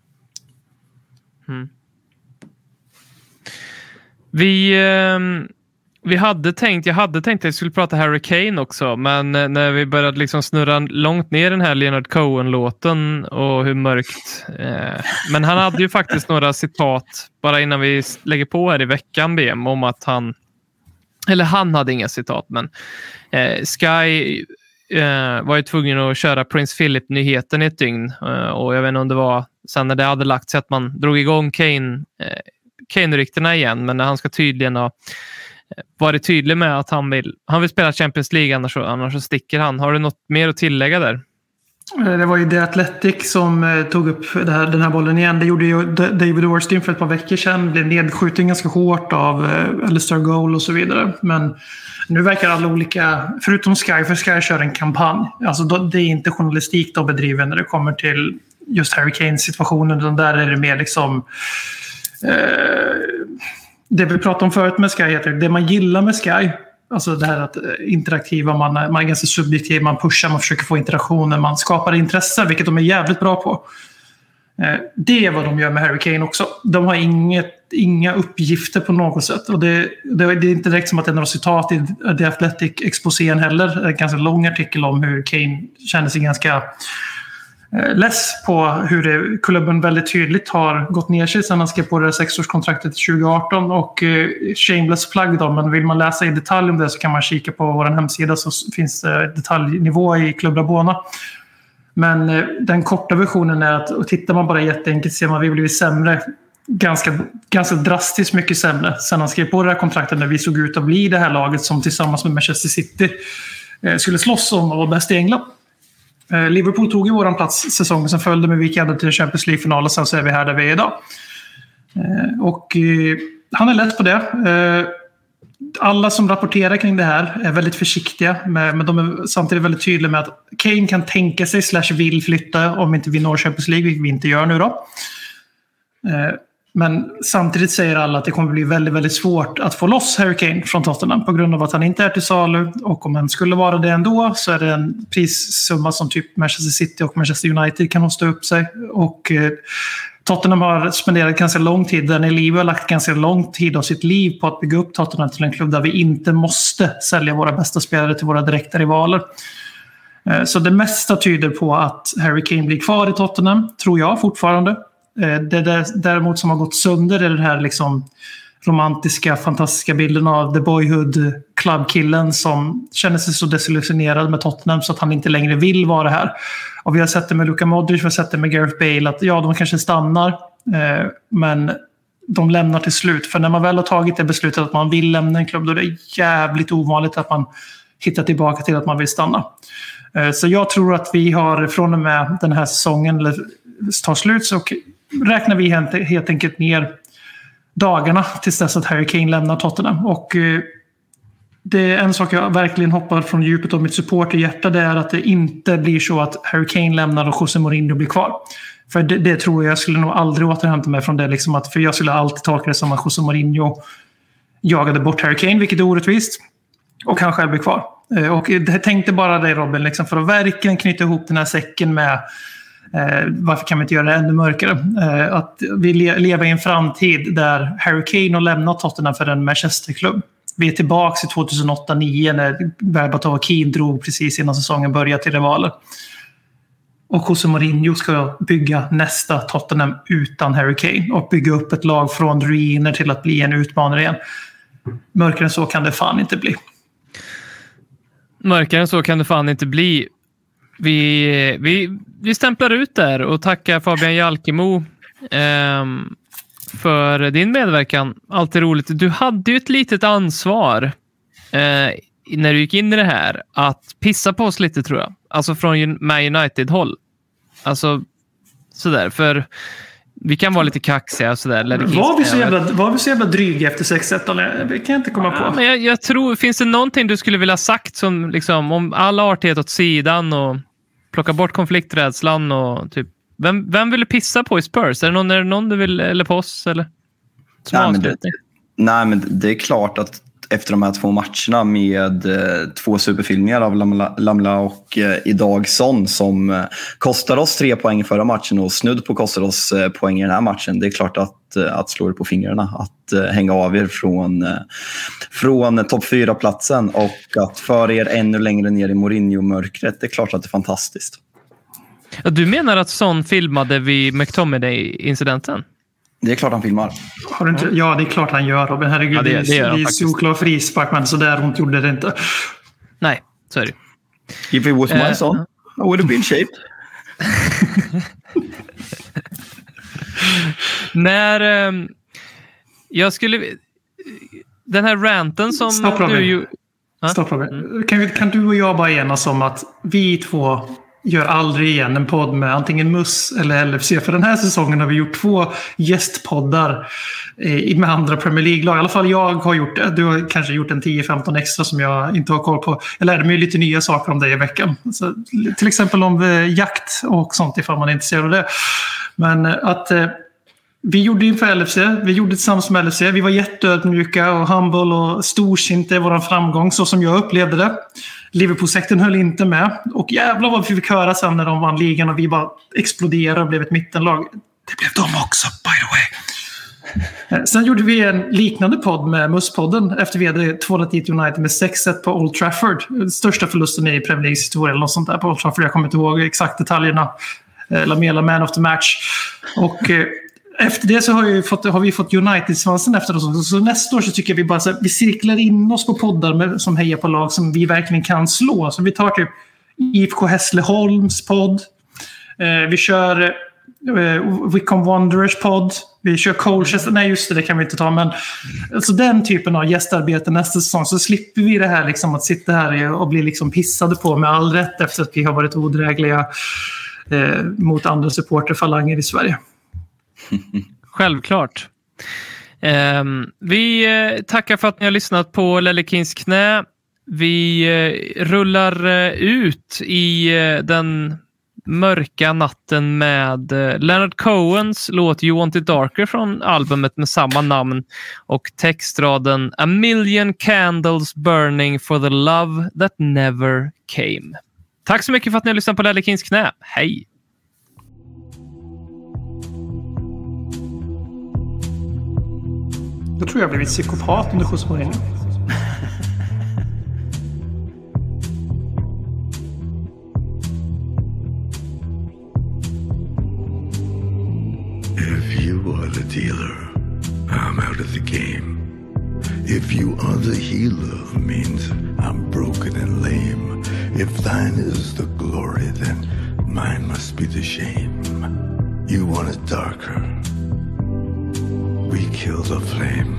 Jag hade tänkt att jag skulle prata Harry Kane också, men när vi började liksom snurra långt ner den här Leonard Cohen-låten och hur mörkt. Men han hade ju faktiskt några citat bara innan vi lägger på här i veckan, BM, om att han hade inga citat, men Sky var ju tvungen att köra Prince Philip-nyheten i ett dygn, och jag vet inte om det var sen när det hade lagt sig att man drog igång Kane-ryktena igen, men han ska tydligen ha varit tydlig med att han vill spela Champions League, annars så sticker han. Har du något mer att tillägga där? Det var ju The Athletic som tog upp den här bollen igen. Det gjorde ju David Ornstein för ett par veckor sedan. Blev nedskjuten ganska hårt av Alistair Goal och så vidare. Men nu verkar alla olika, förutom Sky, för Sky kör en kampanj. Alltså det är inte journalistik de bedriver när det kommer till just Harry Kane-situationen. Utan där är det mer liksom... det vi pratade om förut med Sky heter det man gillar med Sky, alltså det här att interaktiva, man är ganska subjektiv, man pushar, man försöker få interaktioner, man skapar intresse, vilket de är jävligt bra på. Det är vad de gör med Harry Kane också. De har inga uppgifter på något sätt, och det är inte direkt som att det är några citat i The Athletic-exposén heller. En ganska lång artikel om hur Kane känner sig ganska less på hur klubben väldigt tydligt har gått ner sig sedan han skrev på det 6-årskontraktet 2018, och shameless plug då, men vill man läsa i detalj om det så kan man kika på vår hemsida, så finns det detaljnivå i Club Rabona. Men den korta versionen är att, och tittar man bara jätteenkelt ser man att vi blivit sämre, ganska drastiskt mycket sämre sen han skrev på det här kontraktet, när vi såg ut att bli det här laget som tillsammans med Manchester City skulle slåss om att vara bäst i England. Liverpool tog ju våran plats säsongen som följde, med vilka hade till Champions League-final, och sen så är vi här där vi är idag. Och han är lätt på det. Alla som rapporterar kring det här är väldigt försiktiga, men de är samtidigt väldigt tydliga med att Kane kan tänka sig / vill flytta om inte vi når Champions League, vilket vi inte gör nu då. Men samtidigt säger alla att det kommer bli väldigt, väldigt svårt att få loss Harry Kane från Tottenham på grund av att han inte är till salu, och om han skulle vara det ändå så är det en prissumma som typ Manchester City och Manchester United kan hosta upp sig, och Tottenham har spenderat ganska lång tid, Daniel Levy har lagt ganska lång tid av sitt liv på att bygga upp Tottenham till en klubb där vi inte måste sälja våra bästa spelare till våra direkta rivaler. Så det mesta tyder på att Harry Kane blir kvar i Tottenham, tror jag fortfarande. Det däremot som har gått sönder är den här liksom romantiska, fantastiska bilden av The Boyhood Club-killen som känner sig så desillusionerad med Tottenham så att han inte längre vill vara här. Och vi har sett det med Luka Modric, vi har sett det med Gareth Bale att ja, de kanske stannar men de lämnar till slut. För när man väl har tagit det beslutet att man vill lämna en klubb då är det jävligt ovanligt att man hittar tillbaka till att man vill stanna. Så jag tror att vi har från och med den här säsongen eller tar slut så räknar vi helt enkelt ner dagarna tills dess att Harry Kane lämnar Tottenham. Och det är en sak jag verkligen hoppar från djupet av mitt supporterhjärta, det är att det inte blir så att Harry Kane lämnar och José Mourinho blir kvar. För det tror jag skulle nog aldrig återhämta mig från det. Liksom att, för jag skulle alltid tolka det som att José Mourinho jagade bort Harry Kane, vilket är orättvist. Och han själv blir kvar. Och jag tänkte bara det, Robin, liksom, för att verkligen knyta ihop den här säcken med varför kan vi inte göra det ännu mörkare? Att vi lever i en framtid där Harry Kane har lämnat Tottenham för en Manchesterklubb. Vi är tillbaka i 2008-2009 när Berbatov och Keane drog precis innan säsongen började till rivaler. Och José Mourinho ska bygga nästa Tottenham utan Harry Kane och bygga upp ett lag från ruiner till att bli en utmanare igen. Mörkare än så kan det fan inte bli. Mörkare än så kan det fan inte bli. Vi stämplar ut där och tackar Fabian Jalkemo för din medverkan. Alltid roligt. Du hade ju ett litet ansvar när du gick in i det här att pissa på oss lite, tror jag. Alltså från Man United-håll. Alltså sådär, för vi kan vara lite kaxiga och sådär. Var vi så jävla dryga efter 6-1? Det kan jag inte komma på. Men jag tror, finns det någonting du skulle vilja sagt som liksom, om all artighet åt sidan och plocka bort konflikträdslan och typ, vem vill du pissa på i Spurs? Är det någon du vill, eller på oss? Eller? Nej, men det är klart att efter de här 2 matcherna med 2 superfilmningar av Lamela och idag Son som kostar oss 3 poäng förra matchen och snudd på kostar oss poäng i den här matchen. Det är klart att slå er på fingrarna, att hänga av er från topp 4-platsen och att föra er ännu längre ner i Mourinho-mörkret. Det är klart att det är fantastiskt. Ja, du menar att Son filmade vid McTominay-incidenten? Det är klart han filmar. Har du inte? Ja, det är klart han gör, Robin. Herregud, ja, det är solklar frispark, men så där ont gjorde det inte. Nej, så är det. If it was my son, I would have been shaped. När jag skulle... Den här ranten som Stopp, Robin. Kan du och jag bara enas om att vi två gör aldrig igen en podd med antingen MUS eller LFC. För den här säsongen har vi gjort 2 gästpoddar med andra Premier League-lag. I alla fall jag har gjort det. Du har kanske gjort en 10-15 extra som jag inte har koll på. Jag lärde mig lite nya saker om det i veckan. Så, till exempel om jakt och sånt ifall man är intresserad av det. Men att vi gjorde inför LFC. Vi gjorde tillsammans med LFC. Vi var jätteödmjuka och humble och storsint i vår framgång så som jag upplevde det. Liverpool-sekten höll inte med. Och jävlar vad vi fick höra sen när de vann ligan och vi bara exploderade och blev ett mittenlag. Det blev de också, by the way. Sen gjorde vi en liknande podd med MUS-podden efter vi hade tvålat dit United med 6-1 på Old Trafford. Största förlusten i Premier Leagues historia eller något sånt där på Old Trafford. Jag kommer inte ihåg exakt detaljerna. Lamela man of the match. Och efter det så har vi fått United-svansen efter oss. Så nästa år så tycker jag vi bara så här, vi cirklar in oss på poddar som hejar på lag som vi verkligen kan slå. Så vi tar typ IFK Hässleholms podd. Vi kör Wycombe Wanderers podd. Vi kör Colchester. Nej just det kan vi inte ta. Men alltså den typen av gästarbete nästa säsong så slipper vi det här liksom, att sitta här och bli liksom pissade på med all rätt efter att vi har varit odrägliga mot andra supporterfalanger i Sverige. Självklart. Vi tackar för att ni har lyssnat på Ledley Kings knä. Vi rullar ut i den mörka natten med Leonard Cohens låt You Want It Darker från albumet med samma namn och textraden A million candles burning for the love that never came. Tack så mycket för att ni har lyssnat på Ledley Kings knä. Hej! Jag tror jag blivit psykopat under José Mourinho. You are the dealer. I'm out of the game. If you are the healer, means I'm broken and lame. If thine is the glory, then mine must be the shame. You want it darker. We kill the flame.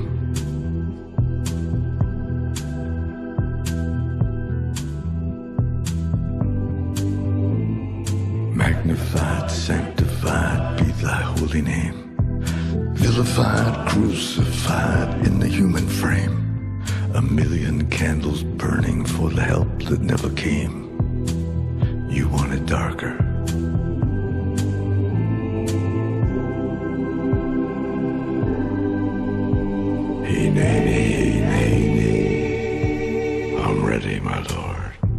Magnified, sanctified be thy holy name. Vilified, crucified in the human frame. A million candles burning for the help that never came. You want it darker. Hey, nay, nay, nay, nay. I'm ready, my lord.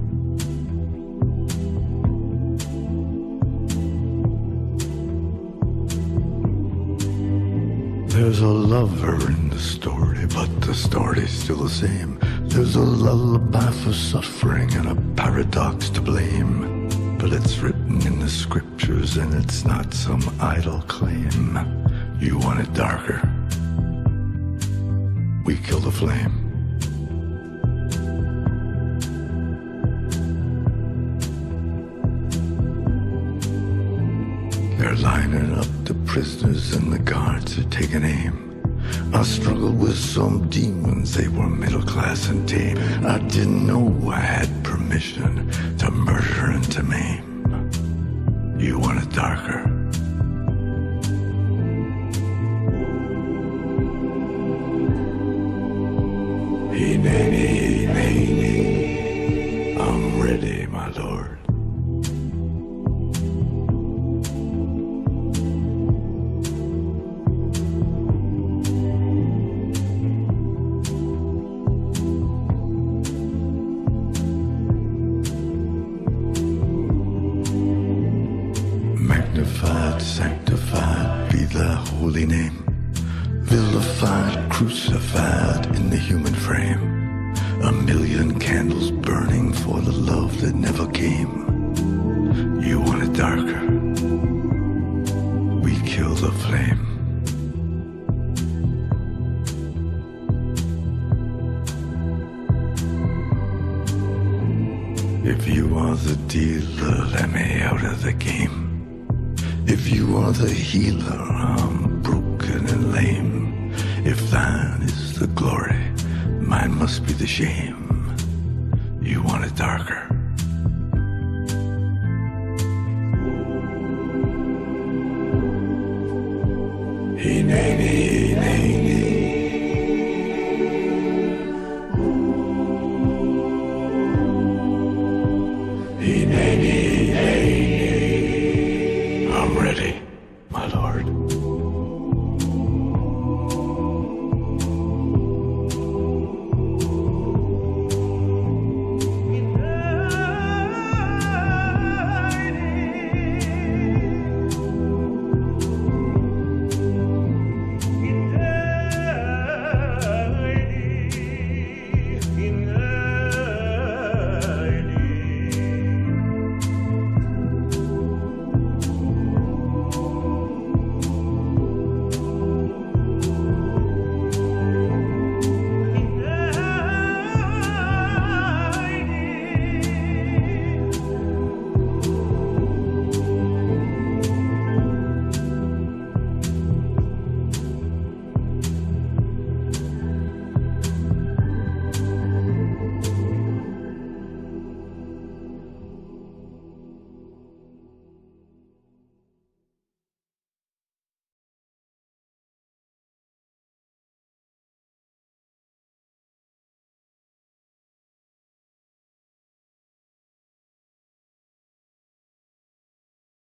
There's a lover in the story, but the story's still the same. There's a lullaby for suffering and a paradox to blame. But it's written in the scriptures and it's not some idle claim. You want it darker. We kill the flame. They're lining up the prisoners and the guards are taking aim. I struggled with some demons, they were middle class and tame. I didn't know I had permission to murder and to maim. You want it darker. Hey, nay, nay, nay, nay. I'm ready, my lord. Magnified, sanctified be thy holy name. Vilified, crucified in the human frame. A million candles burning for the love that never came. You want it darker. We kill the flame. If you are the dealer, let me out of the game. If you are the healer, I'm broken and lame. If thine is the glory, mine must be the shame. You want it darker. Hey, nay, nay, nay, nay.